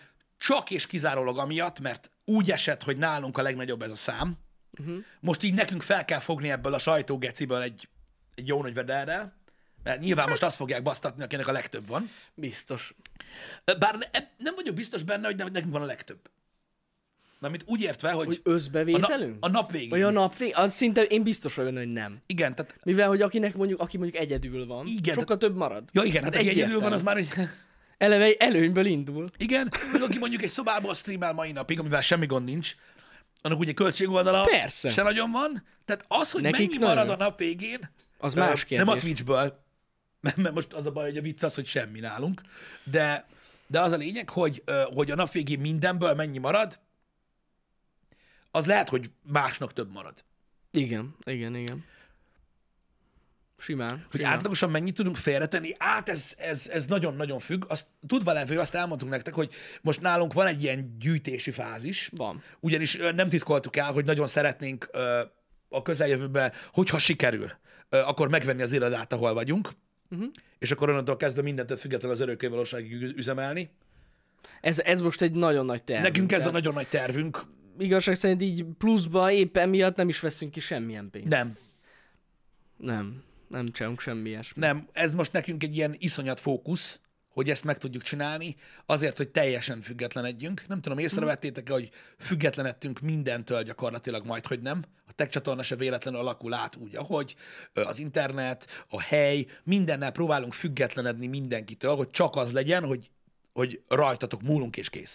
csak és kizárólag amiatt, mert úgy esett, hogy nálunk a legnagyobb ez a szám. Uh-huh. Most így nekünk fel kell fogni ebből a sajtógeciből egy, egy jó nagy vederrel, mert nyilván most azt fogják basztatni, akinek a legtöbb van. Biztos. Bár ne, nem vagyok biztos benne, hogy nekünk van a legtöbb. Mármint úgy értve, hogy... Hogy összbevételünk? A, na, a nap végén. Vagy a nap végén? Az szinte én biztos vagyok benne, hogy nem. Igen, tehát... Mivel, hogy akinek mondjuk, aki mondjuk egyedül van, igen, sokkal tehát... több marad. Ja, igen, hát aki egyedül van, az már... Egy... Eleve előnyből indul. Igen, vagy aki mondjuk egy szobából streamel mai napig, amivel semmi gond nincs, annak ugye költségoldala Persze. se nagyon van. Tehát az, hogy Nekik mennyi nagyon. marad a nap végén, Az más kérdés. nem a Twitchből, mert most az a baj, hogy a vicc az, hogy semmi nálunk, de, de az a lényeg, hogy, hogy a nap végén mindenből mennyi marad, az lehet, hogy másnak több marad. Igen, igen, igen. Simán. Hogy simán. átlagosan mennyit tudunk félretenni, át ez, ez, ez nagyon-nagyon függ. Azt tudva levő, azt elmondtuk nektek, hogy most nálunk van egy ilyen gyűjtési fázis. Van. Ugyanis ö, nem titkoltuk el, hogy nagyon szeretnénk ö, a közeljövőben, hogyha sikerül, ö, akkor megvenni az irodát, ahol vagyunk, uh-huh. és akkor onnantól kezdve mindentől függetlenül az örökké valóságig üzemelni. Ez, ez most egy nagyon nagy terv. Nekünk ez a nagyon nagy tervünk. Igazság szerint így pluszba éppen miatt nem is veszünk ki semmilyen pénzt. Nem. Nem. Nem csinálunk semmi ilyesmi. Nem, ez most nekünk egy ilyen iszonyat fókusz, hogy ezt meg tudjuk csinálni, azért, hogy teljesen függetlenedjünk. Nem tudom, észrevettétek-e, hogy függetlenedtünk mindentől gyakorlatilag majd, hogy nem. A tech csatorna se véletlenül alakul át úgy, ahogy az internet, a hely, mindennel próbálunk függetlenedni mindenkitől, hogy csak az legyen, hogy, hogy rajtatok múlunk és kész.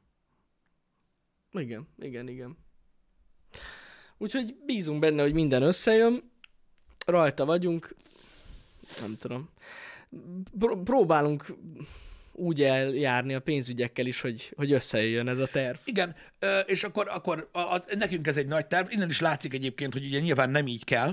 Igen, igen, igen. Úgyhogy bízunk benne, hogy minden összejön, rajta vagyunk, nem tudom. Pró- próbálunk úgy eljárni a pénzügyekkel is, hogy, hogy összejöjjön ez a terv. Igen, és akkor, akkor a, a, nekünk ez egy nagy terv. Innen is látszik egyébként, hogy ugye nyilván nem így kell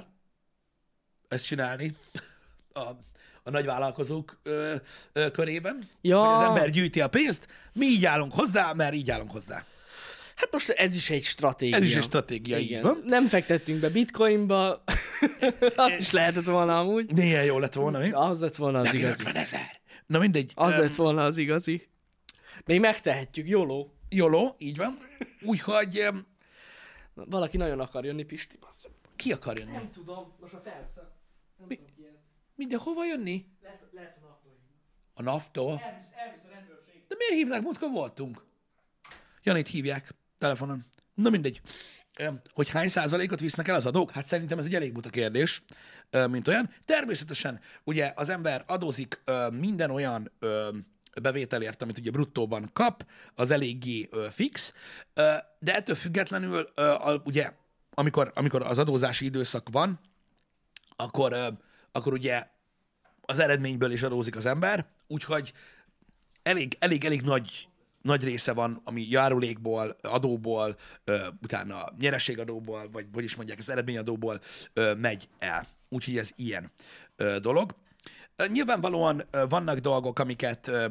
ezt csinálni a, a nagyvállalkozók ö, ö, körében. Ja. Hogy az ember gyűjti a pénzt, mi így állunk hozzá, mert így állunk hozzá. Hát most ez is egy stratégia. Ez is egy stratégia, igen. így van. Nem fektettünk be bitcoinba, azt is lehetett volna amúgy. Milyen jó lett volna, mi? Az lett volna az igazi. ötven ezer. Na mindegy. Az Um, lett volna az igazi. Még megtehetjük, jóló. Jóló, így van. Úgyhogy um, Valaki nagyon akar jönni, Pisti. ki akar jönni? Nem tudom, most a felszak. Nem Mi? tudom ki ez. Minden hova jönni? Lehet, lehet a naftól. A naftól? Elvisz, elvisz a rendőrség. De miért hívnák? Múltkor voltunk. Janit hívják telefonon. Na mindegy. Öm, Hogy hány százalékot visznek el az adók? Hát szerintem ez egy elég buta kérdés, ö, mint olyan. Természetesen ugye az ember adózik ö, minden olyan ö, bevételért, amit ugye bruttóban kap, az eléggé ö, fix, ö, de ettől függetlenül ö, a, ugye amikor, amikor az adózási időszak van, akkor, ö, akkor ugye az eredményből is adózik az ember, úgyhogy elég, elég, elég nagy nagy része van, ami járulékból, adóból, ö, utána nyerességadóból, vagy hogy is mondják, az eredményadóból ö, megy el. Úgyhogy ez ilyen ö, dolog. Ö, nyilvánvalóan ö, vannak dolgok, amiket, ö,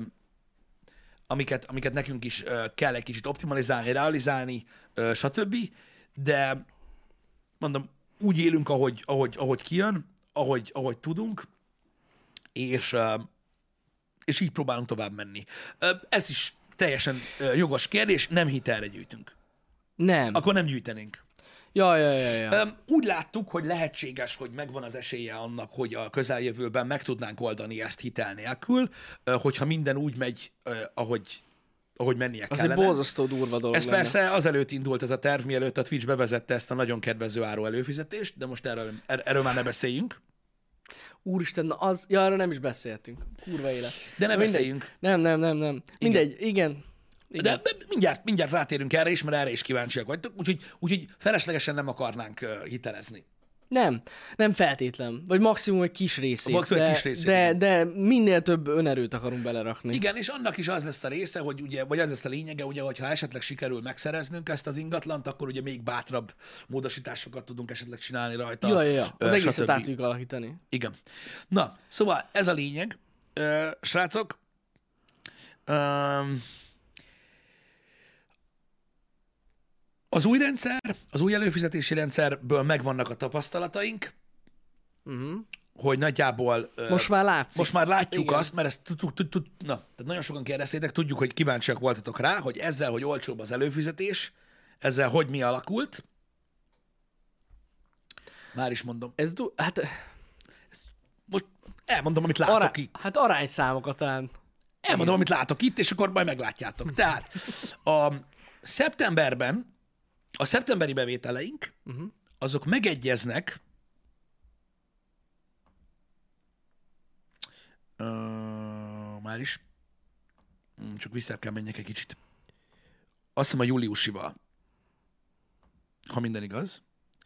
amiket, amiket nekünk is ö, kell egy kicsit optimalizálni, realizálni, ö, stb. De mondom, úgy élünk, ahogy, ahogy, ahogy kijön, ahogy, ahogy tudunk, és, ö, és így próbálunk tovább menni. Ö, ez is teljesen ö, jogos kérdés, nem hitelre gyűjtünk. Nem. Akkor nem gyűjtenénk. Ja, ja, ja, ja. Öm, úgy láttuk, hogy lehetséges, hogy megvan az esélye annak, hogy a közeljövőben meg tudnánk oldani ezt hitel nélkül, ö, hogyha minden úgy megy, ö, ahogy, ahogy mennie Az kellene. egy borzasztó durva dolog Ez lenne. persze azelőtt indult ez a terv, mielőtt a Twitch bevezette ezt a nagyon kedvező áru előfizetést, de most erről, er, erről már ne beszéljünk. Úristen, na az... Ja, arra nem is beszéltünk. Kurva élet. De ne Mindegy. beszéljünk. Nem, nem, nem, nem. Mindegy, igen. igen. De mindjárt, mindjárt rátérünk erre is, mert erre is kíváncsiak vagytok, úgyhogy, úgyhogy feleslegesen nem akarnánk uh, hitelezni. Nem, nem feltétlen. Vagy maximum egy kis részét. Maximum egy de, kis részét, de, igen. de minél több önerőt akarunk belerakni. Igen, és annak is az lesz a része, hogy ugye, vagy az lesz a lényege, ugye, hogyha esetleg sikerül megszereznünk ezt az ingatlant, akkor ugye még bátrabb módosításokat tudunk esetleg csinálni rajta. Ja, ja, ja. Az ö, egészet stb. át tudjuk alakítani. Igen. Na, szóval ez a lényeg, ö, srácok. Öm, az új rendszer, az új előfizetési rendszerből megvannak a tapasztalataink. Uh-huh. hogy nagyjából... ö, Most már látszik. Most már látjuk Igen. azt, mert ezt tud, tud, tud, na, tehát nagyon sokan kérdeztétek, tudjuk, hogy kíváncsiak voltatok rá, hogy ezzel, hogy olcsóbb az előfizetés, ezzel hogy mi alakult. Már is mondom. Ez du- hát, Most elmondom, amit látok ará- itt. hát arányszámokat talán. Elmondom, amit látok itt, és akkor majd meglátjátok. Tehát a szeptemberben, a szeptemberi bevételeink, uh-huh. azok megegyeznek uh, már is, csak vissza kell menjek egy kicsit. Azt hiszem a júliusival, ha minden igaz.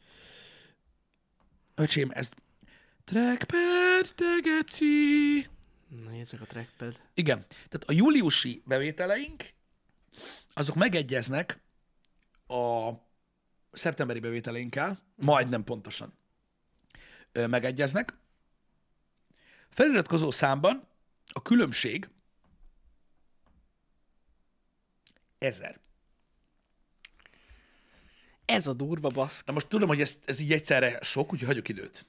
Öcsém, ez trackpad, te geci. Na, nézzük a trackpad. Igen. Tehát a júliusi bevételeink, azok megegyeznek a szeptemberi bevételeinkkel, majdnem pontosan ö, megegyeznek. Feliratkozó számban a különbség ezer. Ez a durva baszk. Na most tudom, hogy ez, ez így egyszerre sok, úgyhogy hagyok időt.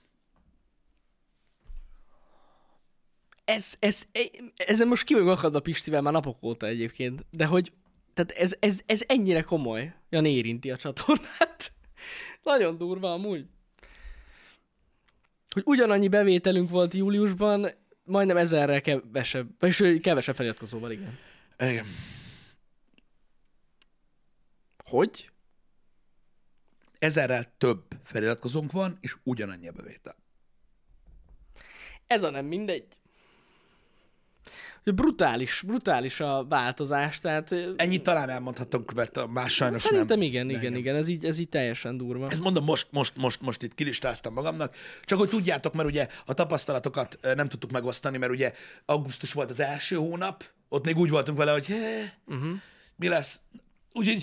Ez, ez, ezen most ki vagyok akadva Pistivel már napok óta egyébként, de hogy tehát ez, ez, ez ennyire komoly, olyan érinti a csatornát. Nagyon durva amúgy. Hogy ugyanannyi bevételünk volt júliusban, majdnem ezerrel kevesebb, vagyis kevesebb feliratkozóval, igen. Igen. Hogy? Ezerrel több feliratkozónk van, és ugyanannyi a bevétel. Ez a nem mindegy. Brutális, brutális a változás, tehát... Ennyit talán elmondhatok, mert a más sajnos Szerintem nem. igen, igen, igen, ez így, ez így teljesen durva. Ezt mondom, most, most, most, most itt kilistáztam magamnak, csak hogy tudjátok, mert ugye a tapasztalatokat ö, nem tudtuk megosztani, mert ugye augusztus volt az első hónap, ott még úgy voltunk vele, hogy hé, uh-huh. mi lesz. Úgyhogy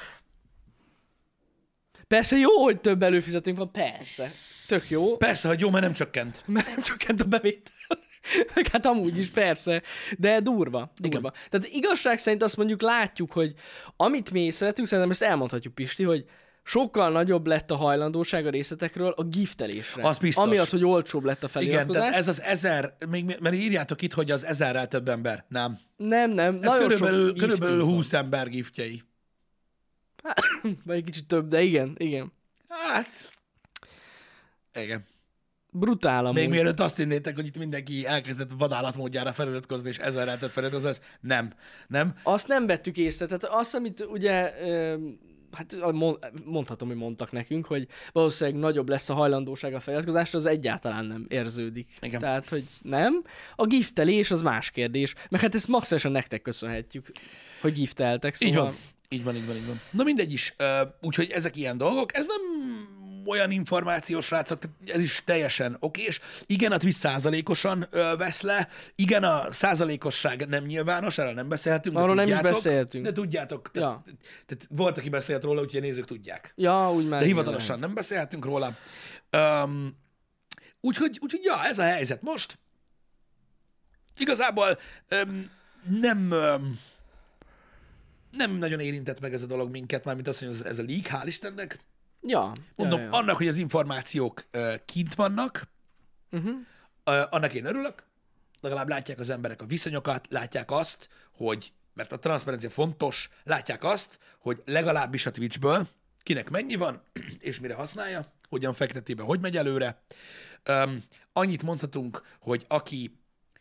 Persze jó, hogy több előfizetünk van, persze. Tök jó, persze, hogy jó, mert nem csökkent. mert nem csökkent a bevétel. Meg hát amúgy is, persze. De durva, durva. Igen. Tehát igazság szerint azt mondjuk látjuk, hogy amit mi észrevettünk, szerintem ezt elmondhatjuk, Pisti, hogy sokkal nagyobb lett a hajlandóság a részletekről a giftelésre. Az biztos. Amiatt, hogy olcsóbb lett a Igen, feliratkozás. tehát ez az ezer, még, mert írjátok itt, hogy az ezerrel több ember. Nem. Nem, nem. Ez nagyon körülbelül, sok körülbelül giftünk húsz ember giftjei. van. Vagy egy kicsit több, de igen, igen. Hát, igen. Brutál amúgy. Még mielőtt azt hinnétek, hogy itt mindenki elkezdett vadállatmódjára feliratkozni, és ezerrel több feliratkozás, nem, nem. Azt nem vettük észre. Tehát azt, amit ugye, hát mondhatom, hogy mondtak nekünk, hogy valószínűleg nagyobb lesz a hajlandóság a feliratkozásra, az egyáltalán nem érződik. Igen. Tehát, hogy nem. A giftelés az más kérdés. Meg hát ezt maximálisan nektek köszönhetjük, hogy gifteltek. Szóval... Így van. Így van, így van, így van. Na mindegy is. Úgyhogy ezek ilyen dolgok. Ez nem olyan információs, srácok, ez is teljesen okés. Igen, a Twitch százalékosan ö, vesz le. Igen, a százalékosság nem nyilvános, erről nem beszélhetünk. Arról nem is tudjátok, beszélhetünk. De tudjátok, tehát, Ja. tehát volt, aki beszélt róla, úgyhogy a nézők tudják. Ja, úgy már. De hivatalosan nem beszélhetünk róla. Um, úgyhogy, úgyhogy, ja, ez a helyzet most. Igazából um, nem... Um, nem nagyon érintett meg ez a dolog minket, mármint az, hogy ez, ez a leak, hál' Istennek. Ja. Mondom, ja, ja. annak, hogy az információk uh, kint vannak, Uh-huh. uh, annak én örülök. Legalább látják az emberek a viszonyokat, látják azt, hogy, mert a transzparencia fontos, látják azt, hogy legalábbis a Twitchből kinek mennyi van, és mire használja, hogyan fekteti be, hogy megy előre. Um, annyit mondhatunk, hogy aki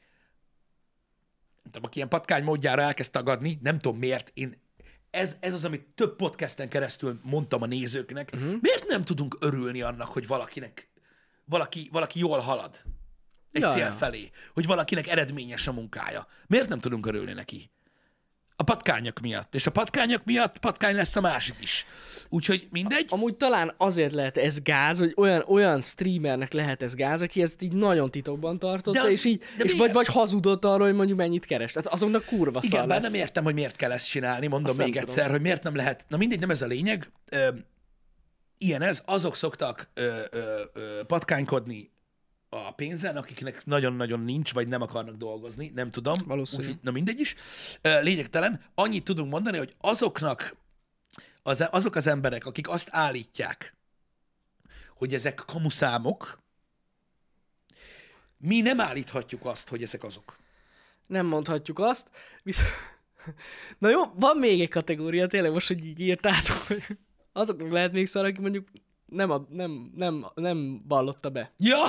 nem tudom, aki ilyen patkány módjára elkezd tagadni, nem tudom miért, én ez, ez az, amit több podcasten keresztül mondtam a nézőknek, uh-huh. miért nem tudunk örülni annak, hogy valakinek, valaki, valaki jól halad egy Ja, cél ja. felé, hogy valakinek eredményes a munkája. Miért nem tudunk örülni neki? A patkányok miatt. És a patkányok miatt patkány lesz a másik is. Úgyhogy mindegy. Amúgy talán azért lehet ez gáz, hogy olyan, olyan streamernek lehet ez gáz, aki ezt így nagyon titokban tartotta, De az- és így, de és miért? vagy, vagy hazudott arról, hogy mondjuk mennyit keres. Tehát azoknak kurva Igen, szar bár lesz. nem értem, hogy miért kell ezt csinálni, mondom Azt még nem egyszer, tudom. hogy miért nem lehet. Na mindegy, nem ez a lényeg. Ö, ilyen ez, azok szoktak ö, ö, ö, patkánykodni a pénzen, akiknek nagyon-nagyon nincs, vagy nem akarnak dolgozni, nem tudom. Valószínű. Úgyhogy, na mindegy is. Ö, lényegtelen, annyit tudunk mondani, hogy azoknak, az, azok az emberek, akik azt állítják, hogy ezek kamuszámok, Mi nem állíthatjuk azt, hogy ezek azok. Nem mondhatjuk azt. Visz... Na jó, van még egy kategória, tényleg most, hogy így írtátok, hogy azoknak lehet még szar, aki mondjuk nem, ad, nem, nem, nem vallotta be Ja,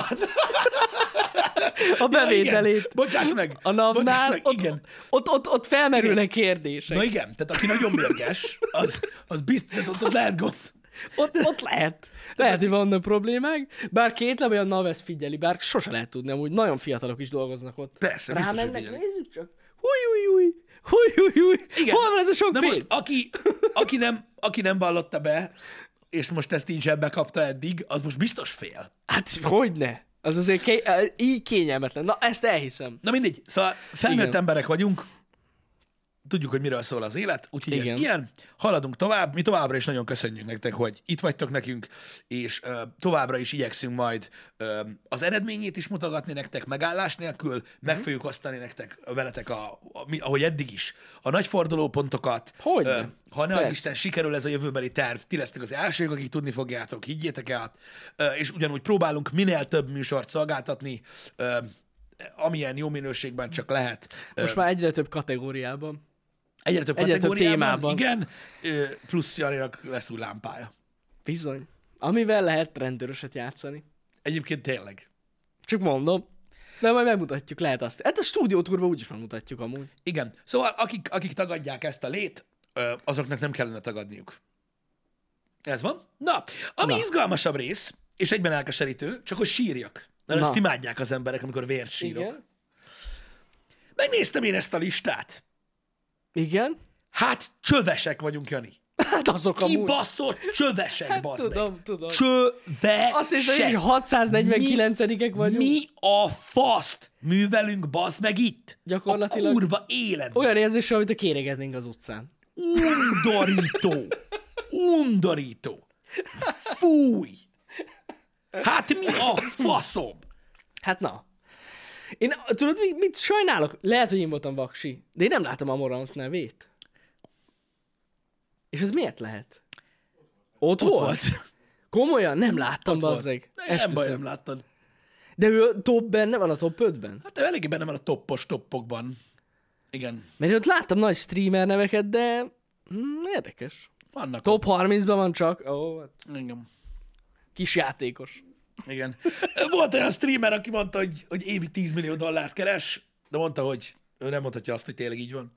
a bevételét. Ja, bocsáss meg! A napnál, meg, ott, igen. Ott, ott, ott felmerülnek kérdések. Na igen, tehát aki nagyon mérges, az, az biztos, tehát ott, ott lehet gond. Ott, ott lehet. Lehet, hogy vannak problémák, bár két olyan NAV ezt figyeli, bár sose lehet tudni, amúgy nagyon fiatalok is dolgoznak ott. Persze, biztos, hogy Rámennek, figyeli. nézzük csak. Húj, húj, húj. Húj, húj, húj. Igen. Hol van ez a sok Na pénz? most, aki, aki, nem, aki nem vallotta be, és most ezt így zsebbe kapta eddig, az most biztos fél. Hát, hogyne? Az azért ké- így kényelmetlen. Na, ezt elhiszem. Na mindegy, szóval felnőtt Igen. emberek vagyunk, tudjuk, hogy miről szól az élet, úgyhogy Igen. ez ilyen, haladunk tovább, mi továbbra is nagyon köszönjük nektek, hogy itt vagytok nekünk, és ö, továbbra is igyekszünk majd ö, az eredményét is mutogatni nektek megállás nélkül, mm-hmm. meg fogjuk osztani nektek veletek, a, a, mi, ahogy eddig is, a nagy fordulópontokat. Hogyne. Ö, ha ne Persze. adj Isten, sikerül ez a jövőbeli terv, ti lesztek az elsők, akik tudni fogjátok, higgyétek el, ö, és ugyanúgy próbálunk minél több műsort szolgáltatni, ö, amilyen jó minőségben csak lehet. Most már egyre több kategóriában. Egyre több Egyre több kategóriában, témában. igen, ö, plusz Janinak lesz új lámpája. Bizony. Amivel lehet rendőröset játszani. Egyébként tényleg. Csak mondom. De majd megmutatjuk, lehet azt. Hát a stúdiótúrban úgyis megmutatjuk amúgy. Igen. Szóval akik, akik tagadják ezt a lét, ö, azoknak nem kellene tagadniuk. Ez van. Na, ami Na. izgalmasabb rész, és egyben elkeserítő, csak hogy sírjak. Mert Na. ezt imádják az emberek, amikor vért sírok. Igen. Megnéztem én ezt a listát. Igen. Hát csövesek vagyunk, Jani. Hát azok amúgy. Kibaszott csövesek, Hát bazd tudom, meg. tudom. Csövesek. Azt hiszem, hogy hatszáznegyvenkilencedikek vagyunk. Mi a faszt művelünk, bazd meg itt? Gyakorlatilag. A kurva élet. Olyan érzéssel, amit a kéregetnénk az utcán. Undorító. Undorító. Fúj. Hát mi a faszom? Hát na. Én tudod, mit, mit sajnálok? Lehet, hogy én voltam vaksi, de én nem láttam a Morant nevét. És ez miért lehet? Ott, Ott volt? volt. Komolyan? Nem láttam, Ott volt. bazzeg. Nem baj, Esküszöm. nem láttad. De ő top benne van, a top ötben? Hát ő eléggé benne van a toppos toppokban. Igen. Mert én ott láttam nagy streamer neveket, de hmm, érdekes. Vannak. Top harmincban van csak. Ó, hát Igen. kis játékos. Igen. Volt olyan streamer, aki mondta, hogy, hogy évi tíz millió dollárt keres, de mondta, hogy ő nem mondhatja azt, hogy tényleg így van.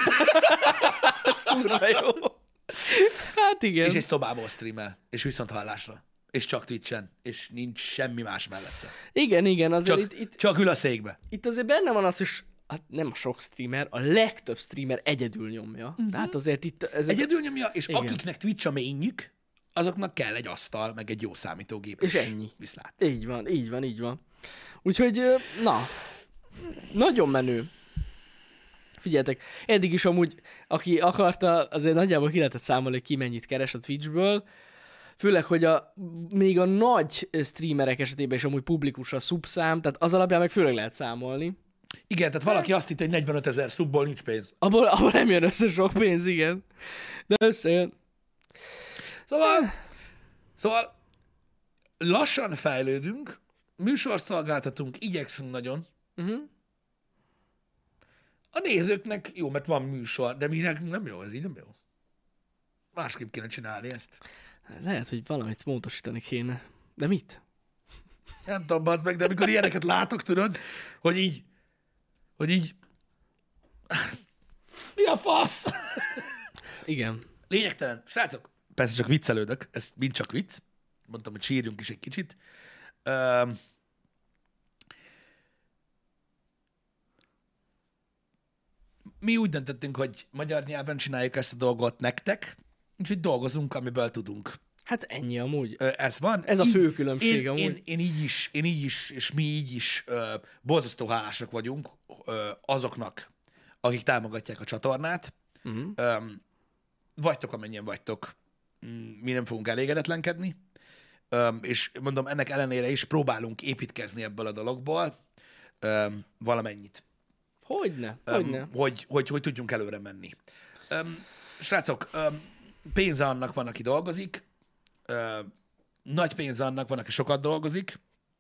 Kurva jó. Hát igen. És egy szobából streamel, és viszont hallásra. És csak Twitchen, és nincs semmi más mellette. Igen, igen, azért Csak, itt, itt, csak ül a székbe. itt azért benne van az, hogy hát nem a sok streamer, a legtöbb streamer egyedül nyomja. Uh-huh. Tehát azért itt... Ez Egyedül nyomja, és Igen. akiknek Twitch a mainjük, azoknak kell egy asztal, meg egy jó számítógép. És ennyi. Viszlát. Így van, így van, így van. Úgyhogy, ö, na, nagyon menő. Figyeljetek, eddig is amúgy, aki akarta, azért nagyjából ki lehetett számolni, hogy ki mennyit keres a Twitchből. Főleg, hogy a, még a nagy streamerek esetében is amúgy publikus a szubszám, tehát az alapján meg főleg lehet számolni. Igen, tehát valaki azt hitt, hogy negyvenöt ezer szubból nincs pénz. Abból, abból nem jön össze sok pénz, igen. De összejön. Szóval, szóval lassan fejlődünk, műsort szolgáltatunk, igyekszünk nagyon. Uh-huh. A nézőknek jó, mert van műsor, de mi nekünk nem jó, ez így nem jó. Másképp kéne csinálni ezt. Lehet, hogy valamit módosítani kéne. De mit? Nem tudom, bazd meg, de amikor ilyeneket látok, tudod, hogy így, hogy így, mi a fasz? Igen. Lényegtelen. Srácok, persze csak viccelődök, ez mind csak vicc. Mondtam, hogy sírjunk is egy kicsit. Üm, mi úgy döntöttünk, hogy magyar nyelven csináljuk ezt a dolgot nektek, úgyhogy dolgozunk, amiből tudunk. Hát ennyi amúgy. Ö, Ez van. Ez a Így- fő különbség én, amúgy. én, én, így is, én így is, és mi így is ö, borzasztó hálásak vagyunk ö, azoknak, akik támogatják a csatornát. Uh-huh. Ö, vagytok, amennyien vagytok. Mm, Mi nem fogunk elégedetlenkedni. Ö, és mondom, ennek ellenére is próbálunk építkezni ebből a dologból ö, valamennyit. Hogyne, Öm, hogyne. hogy, hogy, hogy tudjunk előre menni. Öm, srácok, öm, pénze annak van, aki dolgozik, öm, nagy pénze annak van, aki sokat dolgozik,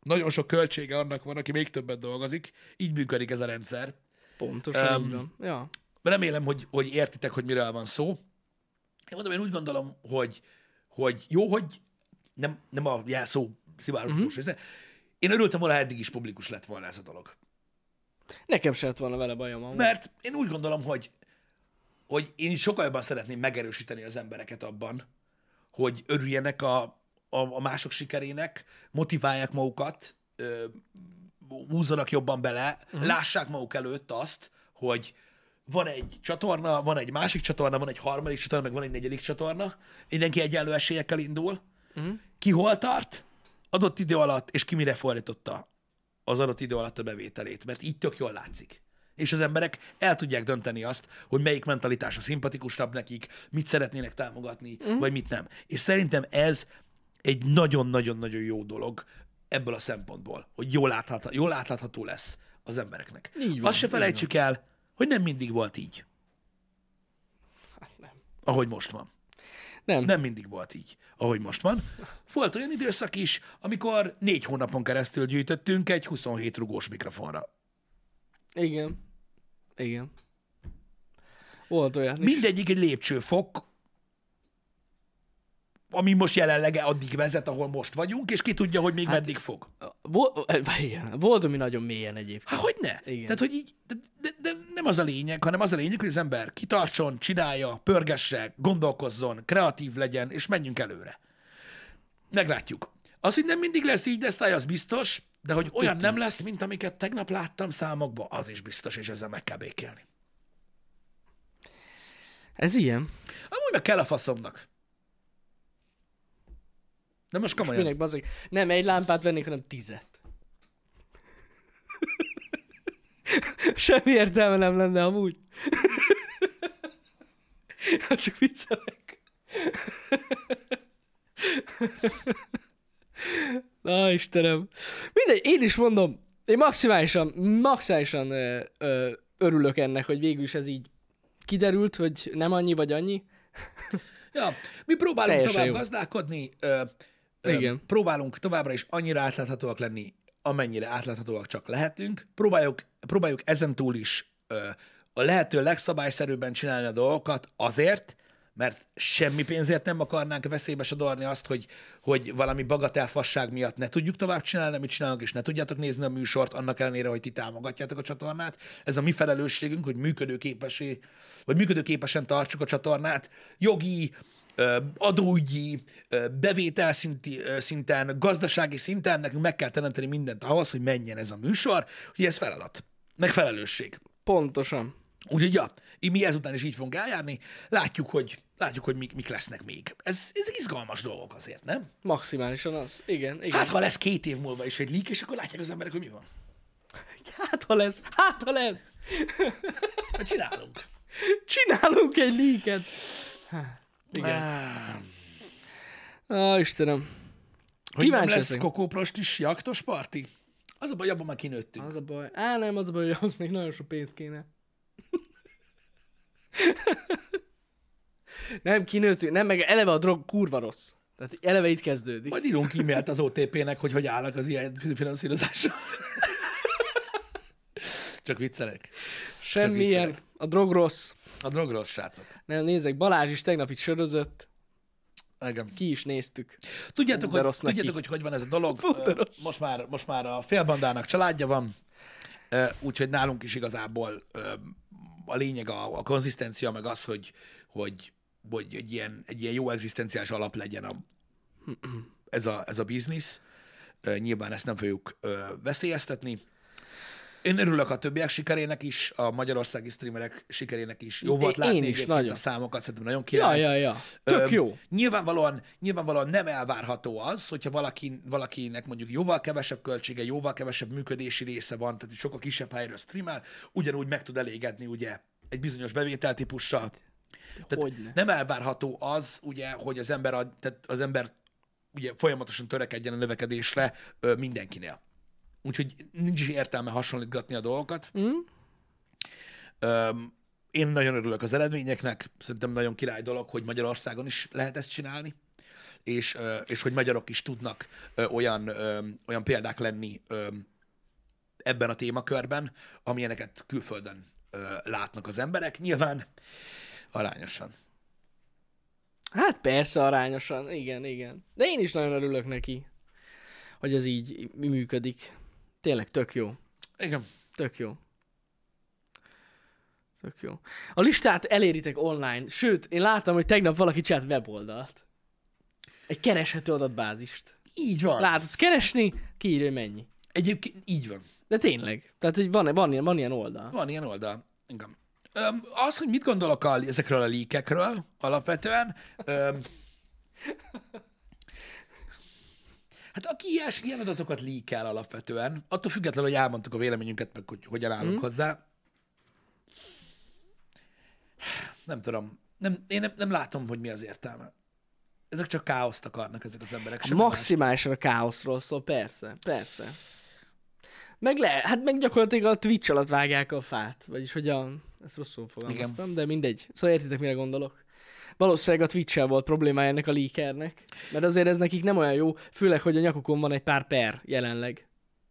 nagyon sok költsége annak van, aki még többet dolgozik. Így működik ez a rendszer. Pontosan Öm, így van. Ja. Remélem, hogy, hogy értitek, hogy miről van szó. Én mondom, én úgy gondolom, hogy, hogy jó, hogy nem, nem a jelszó szivárogtatós Mhm. része. Én örültem volna, ha eddig is publikus lett volna ez a dolog. Nekem se lett volna vele bajom. amúgy. Mert én úgy gondolom, hogy, hogy én sokkal jobban szeretném megerősíteni az embereket abban, hogy örüljenek a, a, a mások sikerének, motiválják magukat, ö, húzzanak jobban bele, uh-huh. lássák maguk előtt azt, hogy van egy csatorna, van egy másik csatorna, van egy harmadik csatorna, meg van egy negyedik csatorna, mindenki egyenlő esélyekkel indul, uh-huh. ki hol tart, adott idő alatt, és ki mire fordította az adott idő alatt a bevételét, mert így tök jól látszik. És az emberek el tudják dönteni azt, hogy melyik mentalitás a szimpatikusabb nekik, mit szeretnének támogatni, mm. vagy mit nem. És szerintem ez egy nagyon-nagyon-nagyon jó dolog ebből a szempontból, hogy jól, átlátható, jól átlátható lesz az embereknek. Így van, Azt se felejtsük el, hogy nem mindig volt így, Hát nem. ahogy most van. Nem. Nem mindig volt így, ahogy most van. Volt olyan időszak is, amikor négy hónapon keresztül gyűjtöttünk egy huszonhét rugós mikrofonra. Igen. Igen. Volt olyan is. Mindegyik egy lépcsőfok, ami most jelenleg addig vezet, ahol most vagyunk, és ki tudja, hogy még hát, meddig fog. Volt, igen. Volt, ami nagyon mélyen egyébként. Hát hogy ne? Igen. Tehát, hogy így, de, de, de nem az a lényeg, hanem az a lényeg, hogy az ember kitartson, csinálja, pörgesse, gondolkozzon, kreatív legyen, és menjünk előre. Meglátjuk. Az, hogy nem mindig lesz így, de száj, az biztos, de hogy olyan Tudjuk. nem lesz, mint amiket tegnap láttam számokba, az is biztos, és ezzel meg kell békélni. Ez ilyen. Amúgy meg kell a faszomnak. De most komolyan. Minek, bazeg? Nem egy lámpát vennék, hanem tizet. Semmi értelme nem lenne amúgy. Csak viccelek. Na, Istenem. Mindegy, én is mondom, én maximálisan, maximálisan ö, ö, örülök ennek, hogy végül is ez így kiderült, hogy nem annyi vagy annyi. Ja, mi próbálunk Teljesen tovább jó. gazdálkodni, ö, ö, Igen. próbálunk továbbra is annyira átláthatóak lenni, amennyire átláthatóak csak lehetünk. Próbáljuk, próbáljuk ezentúl is ö, a lehető legszabályszerűbben csinálni a dolgokat azért, mert semmi pénzért nem akarnánk veszélybe sodorni azt, hogy, hogy valami bagatelfasság miatt ne tudjuk tovább csinálni, amit csinálunk, és ne tudjátok nézni a műsort, annak ellenére, hogy ti támogatjátok a csatornát. Ez a mi felelősségünk, hogy működőképesé, vagy működőképesen tartsuk a csatornát. Jogi, ö, adóügyi, ö, bevételszinti ö, szinten, gazdasági szinten nekünk meg kell teremteni mindent ahhoz, hogy menjen ez a műsor, hogy ez feladat, meg felelősség. Pontosan. Úgyhogy ja, így mi ezután is így fogunk eljárni. Látjuk, hogy, látjuk, hogy mik, mik lesznek még. Ez, ez izgalmas dolgok azért, nem? Maximálisan az. Igen, igen. Hát, ha lesz két év múlva is egy leak, és akkor látják az emberek, hogy mi van. Hát, ha lesz. Hát, ha lesz. Hát csinálunk. Csinálunk egy leaket. Hát, igen. Ah, Á, Istenem. hogy nem Kíváncsi lesz leszek. kokóprostis jaktos parti? Az a baj, abban már kinőttünk. Az a baj. Á, nem, az a baj, hogy ahhoz még nagyon sok pénz kéne. Nem, kinőttünk, nem, meg eleve a drog kurva rossz. Tehát eleve itt kezdődik. Majd írunk e-mailt az o té pé-nek, hogy hogy állnak az ilyen finanszírozással. Csak viccelek. Semmilyen. viccelek. A drog rossz. A drog rossz, srácok. Nem, nézzek, Balázs is tegnap itt sörözött. Igen. Ki is néztük. Tudjátok, Fú, de hogy, rossz neki. tudjátok hogy hogy van ez a dolog? Fú, de Ö, rossz. most, már, most már a félbandának családja van, ö, úgyhogy nálunk is igazából ö, a lényeg a, a konzisztencia, meg az, hogy, hogy, hogy egy, ilyen, egy ilyen jó egzisztenciás alap legyen a, ez, a, ez a biznisz. Ö, Nyilván ezt nem fogjuk ö, veszélyeztetni. Én örülök a többiek sikerének is, a magyarországi streamerek sikerének is. Jó volt Én látni is egyébként nagyon. a számokat, szerintem nagyon Ja, király. ja, ja. Tök Öm, jó. Nyilvánvalóan, nyilvánvalóan nem elvárható az, hogyha valaki, valakinek mondjuk jóval kevesebb költsége, jóval kevesebb működési része van, tehát sokkal kisebb helyről streamel, ugyanúgy meg tud elégedni ugye egy bizonyos bevételtípussal. Tehát Hogyne. nem elvárható az, ugye, hogy az ember, a, tehát az ember ugye folyamatosan törekedjen a növekedésre ö, mindenkinél. Úgyhogy nincs is értelme hasonlítgatni a dolgokat. Mm? Öm, én nagyon örülök az eredményeknek, szerintem nagyon király dolog, hogy Magyarországon is lehet ezt csinálni. és, ö, és hogy magyarok is tudnak ö, olyan, ö, olyan példák lenni ö, ebben a témakörben, amilyeneket külföldön ö, látnak az emberek. Nyilván arányosan. Hát persze, arányosan, igen, igen. De én is nagyon örülök neki, hogy ez így működik. Tényleg tök jó. Igen. Tök jó. Tök jó. A listát eléritek online, sőt, én láttam, hogy tegnap valaki csinált weboldalt. Egy kereshető adatbázist. Így van. Látod keresni, kiírja, hogy mennyi. Egyébként így van. De tényleg. Tehát, hogy van, van, ilyen, van ilyen oldal. Van ilyen oldal. Igen. Öm, az, hogy mit gondolok a, ezekről a líkekről alapvetően, öm, hát aki ilyes, ilyen adatokat líkel alapvetően, attól függetlenül, hogy elmondtuk a véleményünket, meg hogy hogyan állunk mm. hozzá, nem tudom, nem, én nem, nem látom, hogy mi az értelme. Ezek csak káoszt akarnak, ezek az emberek. Semmi Maximálisan a káoszról szól, persze, persze. Meg le, hát meg gyakorlatilag a Twitch alatt vágják a fát, vagyis hogy a, ezt rosszul fogalmaztam, igen. De mindegy. Szóval értitek, mire gondolok. Valószínűleg a Twitch-el volt problémája ennek a leakernek, mert azért ez nekik nem olyan jó, főleg, hogy a nyakukon van egy pár per jelenleg.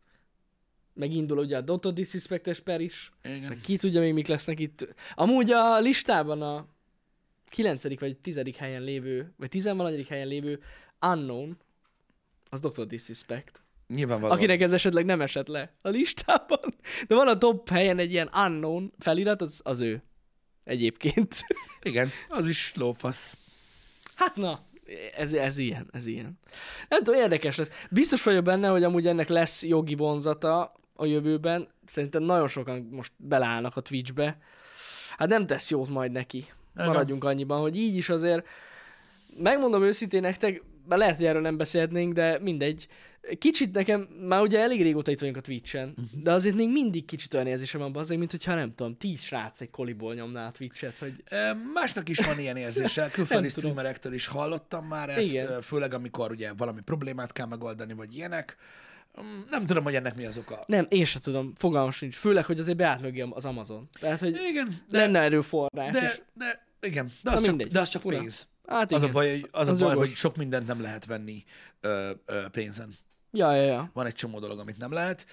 Megindul ugye a Dota Disrespect-es per is, meg ki tudja még mik lesznek itt. Amúgy a listában a kilencedik vagy tizedik helyen lévő, vagy tizenvalanyadik helyen lévő Unknown, az doktor Disrespect. Nyilvánvalóan. Akinek ez esetleg nem esett le a listában, de van a top helyen egy ilyen Unknown felirat, az, az ő. Egyébként. Igen, az is lófasz. Hát na, ez, ez ilyen, ez ilyen. Nem tudom, érdekes lesz. Biztos vagyok benne, hogy amúgy ennek lesz jogi vonzata a jövőben. Szerintem nagyon sokan most beleállnak a Twitchbe. Hát nem tesz jót majd neki. Maradjunk annyiban, hogy így is azért, megmondom őszintén nektek, bár lehet, hogy erről nem beszélhetnénk, de mindegy. Kicsit nekem, már ugye elég régóta itt vagyunk a Twitchen, uh-huh. de azért még mindig kicsit olyan érzésem van bazzeg, mint hogyha nem tudom, tíz srác egy koliból nyomná a Twitchet, hogy... Másnak is van ilyen érzése, külföldi streamerektől is hallottam már ezt, igen. Főleg amikor ugye valami problémát kell megoldani, vagy ilyenek. Nem tudom, hogy ennek mi az oka. Nem, én sem tudom, fogalmam sincs. Főleg, hogy azért beállt mögé az Amazon. Tehát, hogy igen, de, lenne erőforrás. De, és... de igen, de az, csak, de az csak Fura. pénz. Hát az a baj, az az a baj hogy sok mindent nem lehet venni ö, ö, pénzen. Ja, ja, ja. Van egy csomó dolog, amit nem lehet.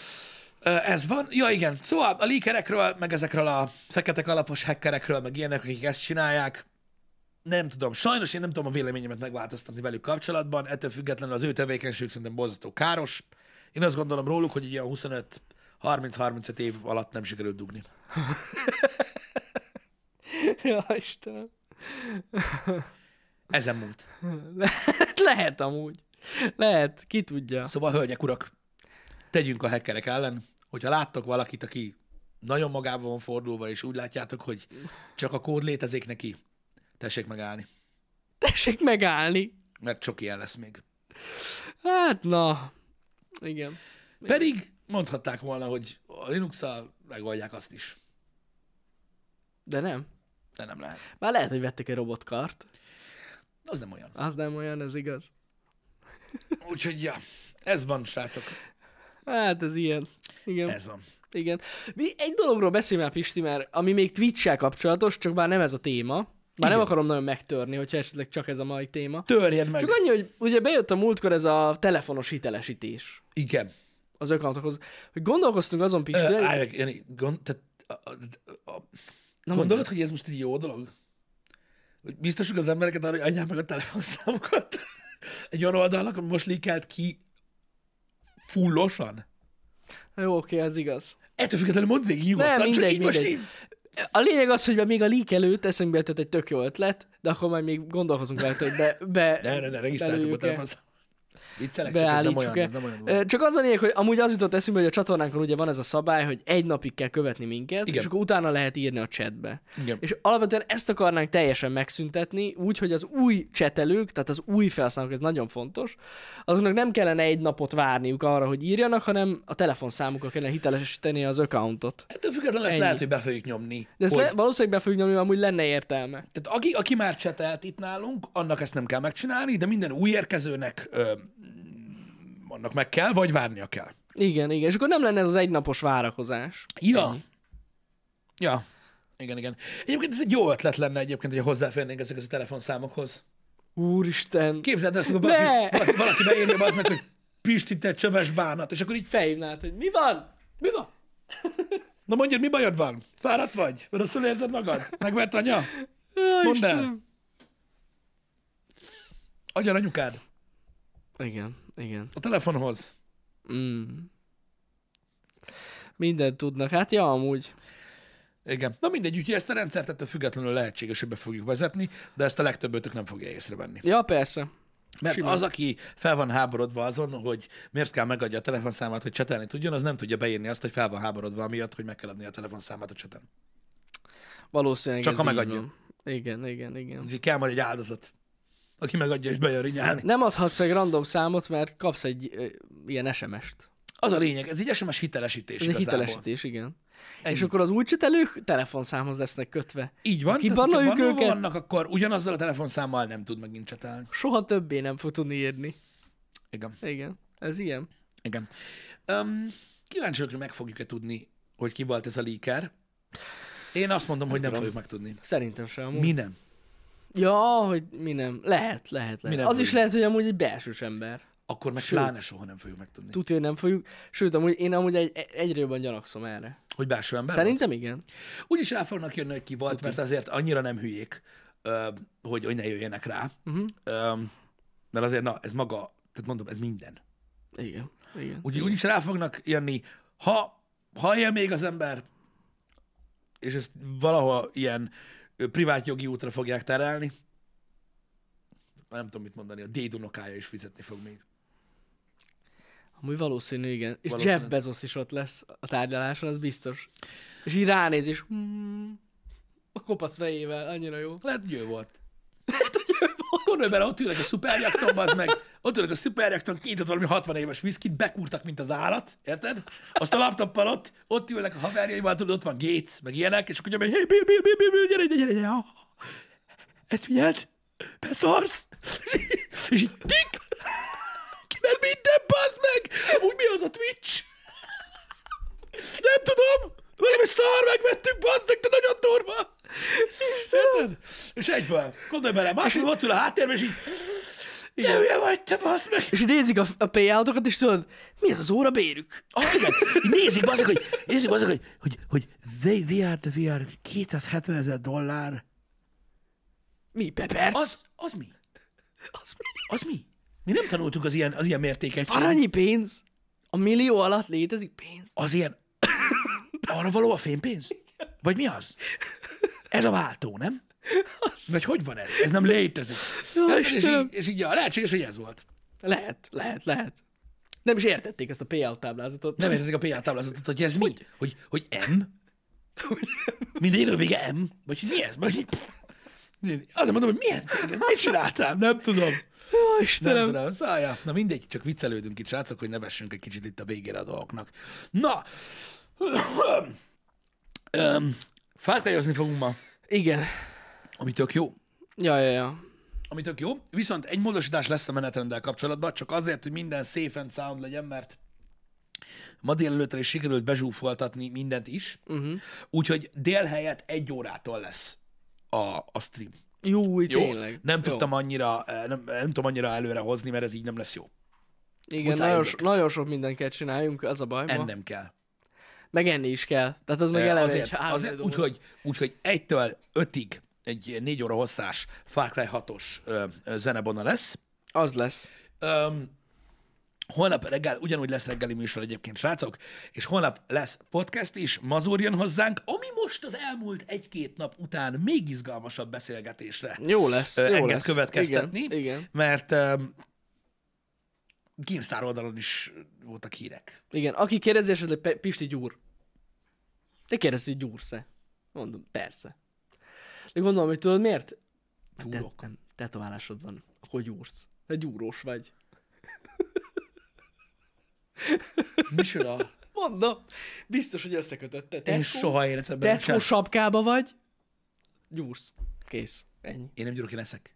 Ö, ez van. Ja, igen. Szóval a leakerekről, meg ezekről a fekete kalapos hackerekről, meg ilyenek, akik ezt csinálják, nem tudom. Sajnos én nem tudom a véleményemet megváltoztatni velük kapcsolatban. Ettől függetlenül az ő tevékenységük szerintem borzasztó káros. Én azt gondolom róluk, hogy ilyen huszonöt harminc-harmincöt év alatt nem sikerült dugni. Ja, Istenem. Ezen múlt. Lehet, lehet amúgy. Lehet, ki tudja. Szóval, hölgyek, urak, tegyünk a hackerek ellen, hogyha láttok valakit, aki nagyon magában van fordulva, és úgy látjátok, hogy csak a kód létezik neki, tessék megállni. Tessék megállni. Mert sok ilyen lesz még. Hát na, igen. Pedig mondhatták volna, hogy a Linux-szal megoldják azt is. De nem. De nem lehet. Már lehet, hogy vettek egy robotkart. Az nem olyan. Az nem olyan, ez igaz. Úgyhogy, ja, ez van, srácok. Hát ez ilyen. Igen. Ez van. Igen. Mi egy dologról beszélj már, Pisti, mert ami még Twitch-sel kapcsolatos, csak bár nem ez a téma. Bár igen. Nem akarom nagyon megtörni, hogyha esetleg csak ez a mai téma. Törjed meg. Csak annyi, hogy ugye bejött a múltkor ez a telefonos hitelesítés. Igen. Az accountokhoz. Hogy gondolkoztunk azon, Pisti. Ö, állj meg, Jani, gond, tehát, a, a, a, gondolod, mondjam. Hogy ez most egy jó dolog? Hogy biztosuk az embereket arra, hogy adják meg a telefonszámokat egy olyan oldalnak, ami most líkelt ki fullosan? Jó, oké, ez igaz. Ettől függetlenül mondd végig nyugodtan, nem, mindegy, csak így mindegy. most így... A lényeg az, hogy még a leak előtt eszünkbe jutott egy tök jó ötlet, de akkor majd még gondolkozunk rajta, hogy be... be ne, ne, ne, regisztráljuk a telefonszámot. Viccelek, csak ez nem olyan, ez nem olyan. Csak az a lényeg, hogy amúgy az jutott eszünkbe, hogy a csatornánkon ugye van ez a szabály, hogy egy napig kell követni minket, igen. És akkor utána lehet írni a chatbe. Igen. És alapvetően ezt akarnánk teljesen megszüntetni, úgy, hogy az új csetelők, tehát az új felhasználók, ez nagyon fontos, azoknak nem kellene egy napot várniuk arra, hogy írjanak, hanem a telefonszámukkal kellene hitelesíteni az accountot. Ettől függetlenül ezt lehet, hogy be fogjuk nyomni. De ezt hogy... le, valószínűleg be fogjuk nyomni, amúgy lenne értelme. Tehát aki, aki már csetelt itt nálunk, annak ezt nem kell megcsinálni, de minden új érkezőnek ö, annak meg kell, vagy várnia kell. Igen, igen. És akkor nem lenne ez az egynapos várakozás. Ja. Ennyi. Ja. Igen, igen. Egyébként ez egy jó ötlet lenne egyébként, hogy hozzáférnénk ezekhez a telefonszámokhoz. Úristen. Képzeld ezt, amikor Ne! valaki, valaki, valaki beírja az meg, hogy Pisti, te csöves bánat, és akkor így, Felhívnád, hogy mi van? mi van? Na mondjad, mi bajod van? Fáradt vagy? Rosszul érzed magad? Megvert anya? Jaj, Mondd el. Istenem. Adjan anyukád Igen, igen. a telefonhoz. Mm. Mindent tudnak. Hát ja, amúgy. Igen. Na mindegy, úgyhogy ezt a rendszert ettől függetlenül lehetséges, hogy be fogjuk vezetni, de ezt a legtöbbötök nem fogja észrevenni. Ja, persze. Mert Simán. az, aki fel van háborodva azon, hogy miért kell megadja a telefonszámát, hogy csetelni tudjon, az nem tudja beírni azt, hogy fel van háborodva amiatt, hogy meg kell adni a telefonszámát a cseten. Valószínűleg Csak ez ha így megadja. van. Igen, igen, igen. Úgyhogy kell majd egy áldozat, aki megadja és bejön rinyálni. Nem adhatsz egy random számot, mert kapsz egy ö, ilyen es em es-t. Az a lényeg, ez egy es em es hitelesítés Ez egy igazából. hitelesítés, igen. Ennyi. És akkor az új csetelők telefonszámhoz lesznek kötve. Így van, Aki tehát hogyha bannoljuk bannolva őket- vannak, akkor ugyanazzal a telefonszámmal nem tud megint csetelni. Soha többé nem fog tudni írni. Igen. Igen, ez ilyen. Igen. Um, kíváncsi vagyok, hogy meg fogjuk-e tudni, hogy ki volt ez a leaker. Én azt mondom, hogy nem tudom. fogjuk megtudni. Szerintem sem. Amúgy. Mi nem? Ja, hogy mi nem. Lehet, lehet, lehet. nem Az is tudjuk. lehet, hogy amúgy egy belsős ember. Akkor meg Sőt. pláne soha nem fogjuk megtudni. Tudja, hogy nem fogjuk. Sőt, amúgy én amúgy egy, egyre jobban gyanakszom erre. Hogy belső ember Szerintem igen. volt? Úgyis rá fognak jönni, hogy ki volt, mert azért annyira nem hülyék, ö, hogy, hogy ne jöjjenek rá. Uh-huh. Ö, mert azért, na, ez maga, tehát mondom, ez minden. Igen, igen. Úgyhogy úgyis rá fognak jönni, ha, ha él még az ember, és ezt valahol ilyen ö, privát jogi útra fogják terelni, már nem tudom, mit mondani, a déd unokája is fizetni fog még. Amúgy valószínű, igen. És Valószínű. Jeff Bezos is ott lesz a tárgyaláson, az biztos. És így ránéz, és hmm, a kopasz fejével, annyira jó. Lehet, hogy ő volt. Lehet, hogy ő volt. Gondolj bele, ott ülnek a szuperjakton, az meg, ott ülnek a szuperjakton, kiított valami hatvan éves viszkit, bekúrtak, mint az állat, érted? Azt a laptoppal ott, ott ülnek a haverjaival, tudod, ott van Gates, meg ilyenek, és akkor mondja, hey, Bill, Bill, Bill, Bill, Bill, gyere, gyere, gyere, gyere. Ezt figyeld, beszarsz, és így, tik, kivel minden, bazd meg, úgy mi az a Twitch? Nem tudom, valami szar megvettük, bazd meg, de nagyon durva. Érted? És egyből, gondolj bele, másik ott ül a háttérben, és így, te hülye vagy, te bazd meg. És így nézik a, a payoutokat, és tudod, mi ez az óra bérük? Ah, igen, így nézik bazd meg, hogy, nézik bazd meg, hogy, hogy, hogy they, they are, they are kétszázhetven ezer dollár. Mi, Peperc? Az, az mi? az mi? Az mi? Mi nem tanultuk az ilyen, az ilyen mértéket. Van annyi pénz? A millió alatt létezik pénz? Az ilyen, arra való a fénypénz? Vagy mi az? Ez a váltó, nem? Vagy hogy van ez? Ez nem létezik. Jó, Nem, és, Istenem. így, és így, ja, lehetséges, hogy ez volt. Lehet, lehet, lehet. Nem is értették ezt a payout táblázatot. Nem értetek a pé á táblázatot, hogy ez mi? Hogy, hogy M? Mindegyiknek a vége M? Vagy hogy mi ez? Vagy, azért mondom, hogy milyen cég ez? Mit csináltál? Nem tudom. Jó, Nem Istenem. tudom, szálja. Na mindegy, csak viccelődünk itt, srácok, hogy nevessünk egy kicsit itt a végére a dolgoknak. Na, um, Far Cry-ozni fogunk ma, Igen. ami tök jó. Ja, ja, ja. Ami tök jó. Viszont egy módosítás lesz a menetrenddel kapcsolatban, csak azért, hogy minden safe and sound legyen, mert ma délelőttre is sikerült bezsúfoltatni mindent is, uh-huh. úgyhogy dél helyett egy órától lesz a, a stream. Jó, Jó? tényleg. Nem Jó. tudtam annyira, eh, nem, nem tudom annyira előre hozni, mert ez így nem lesz jó. Igen, Muszáj nagyon, ülök. nagyon sok mindent kell csináljunk, az a baj ma. Ennem kell. Meg enni is kell. Tehát az meg Eh, eleve azért, egy három azért dolog. úgyhogy, úgyhogy egytől ötig egy négy óra hosszás Far Cry hatos ö, ö, zenebona lesz. Az lesz. Öm, holnap reggel, ugyanúgy lesz reggeli műsor egyébként, srácok, és holnap lesz podcast is, Mazur jön hozzánk, ami most az elmúlt egy-két nap után még izgalmasabb beszélgetésre Jó lesz, ö, jó enged lesz. következtetni, Igen, igen. mert um, GameStar oldalon is voltak hírek. Igen, aki kérdezi esetleg Pe- Pisti gyúr. Te kérdezi, hogy gyúrsz-e? Mondom, persze. De gondolom, hogy tudod miért? Gyúrok. Te, nem, tetoválásod van, akkor gyúrsz. Te gyúrós vagy. Micsoda? Mondom, biztos, hogy összekötötte. Én soha életemben nem Tetkó sem. sapkába vagy, gyúrsz. Kész. Ennyi. Én nem gyúrok, én eszek.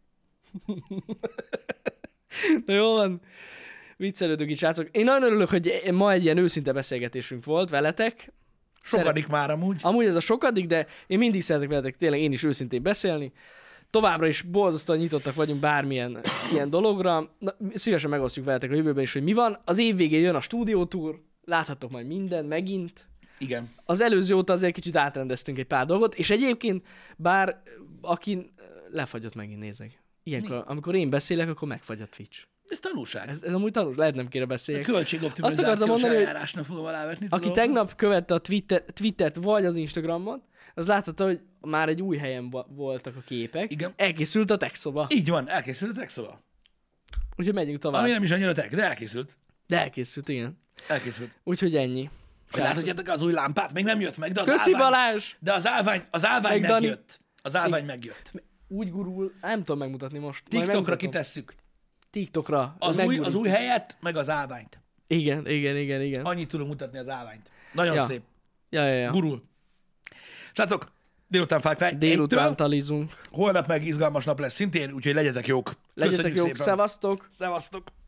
Na jó van. Viccelődünk itt, srácok. Én nagyon örülök, hogy ma egy ilyen őszinte beszélgetésünk volt veletek. Sokadik már amúgy. Amúgy ez a sokadik, de én mindig szeretek veletek tényleg én is őszintén beszélni. továbbra is borzasztóan nyitottak vagyunk bármilyen ilyen dologra. Na, szívesen megosztjuk veletek a jövőben is, hogy mi van. Az év végén jön a stúdiótúr, láthattok majd mindent megint. Igen. Az előző óta azért kicsit átrendeztünk egy pár dolgot, és egyébként bár akin lefagyott megint, nézek. Ilyenkor, amikor én beszélek, akkor megfagy a Twitch. Ez tanulság. Ez, ez amúgy tanulság, lehet nem kéne A beszéljek. költségoptimalizációs mondani, hogy eljárásnak fogom alávetni. Aki tudom. tegnap követte a Twitter, Twittert vagy az Instagramot, az láthatta, hogy már egy új helyen va- voltak a képek. Igen. Elkészült a tech szoba. Így van, elkészült a tech szoba. Úgyhogy megyünk tovább. Ami nem is annyira tech, de elkészült. De elkészült, igen. Elkészült. Úgyhogy ennyi. Hogy Srácok. láthatjátok az új lámpát? Még nem jött meg, de az Köszi állvány, Balázs! de az állvány, az állvány Meg Dani. megjött. Az állvány megjött. Úgy gurul, nem tudom megmutatni most. Majd TikTokra megmutatom. kitesszük. TikTokra. Az új, Meggurul. az új helyet, meg az állványt. Igen, igen, igen, igen. Annyit tudunk mutatni az állványt. Nagyon Ja. szép. Ja, ja, ja. Gurul. Srácok, délután Far Cry Délután egytől, talizunk. holnap meg izgalmas nap lesz szintén, úgyhogy legyetek jók. Legyetek Köszönjük jók, szépen. szevasztok! Szevasztok.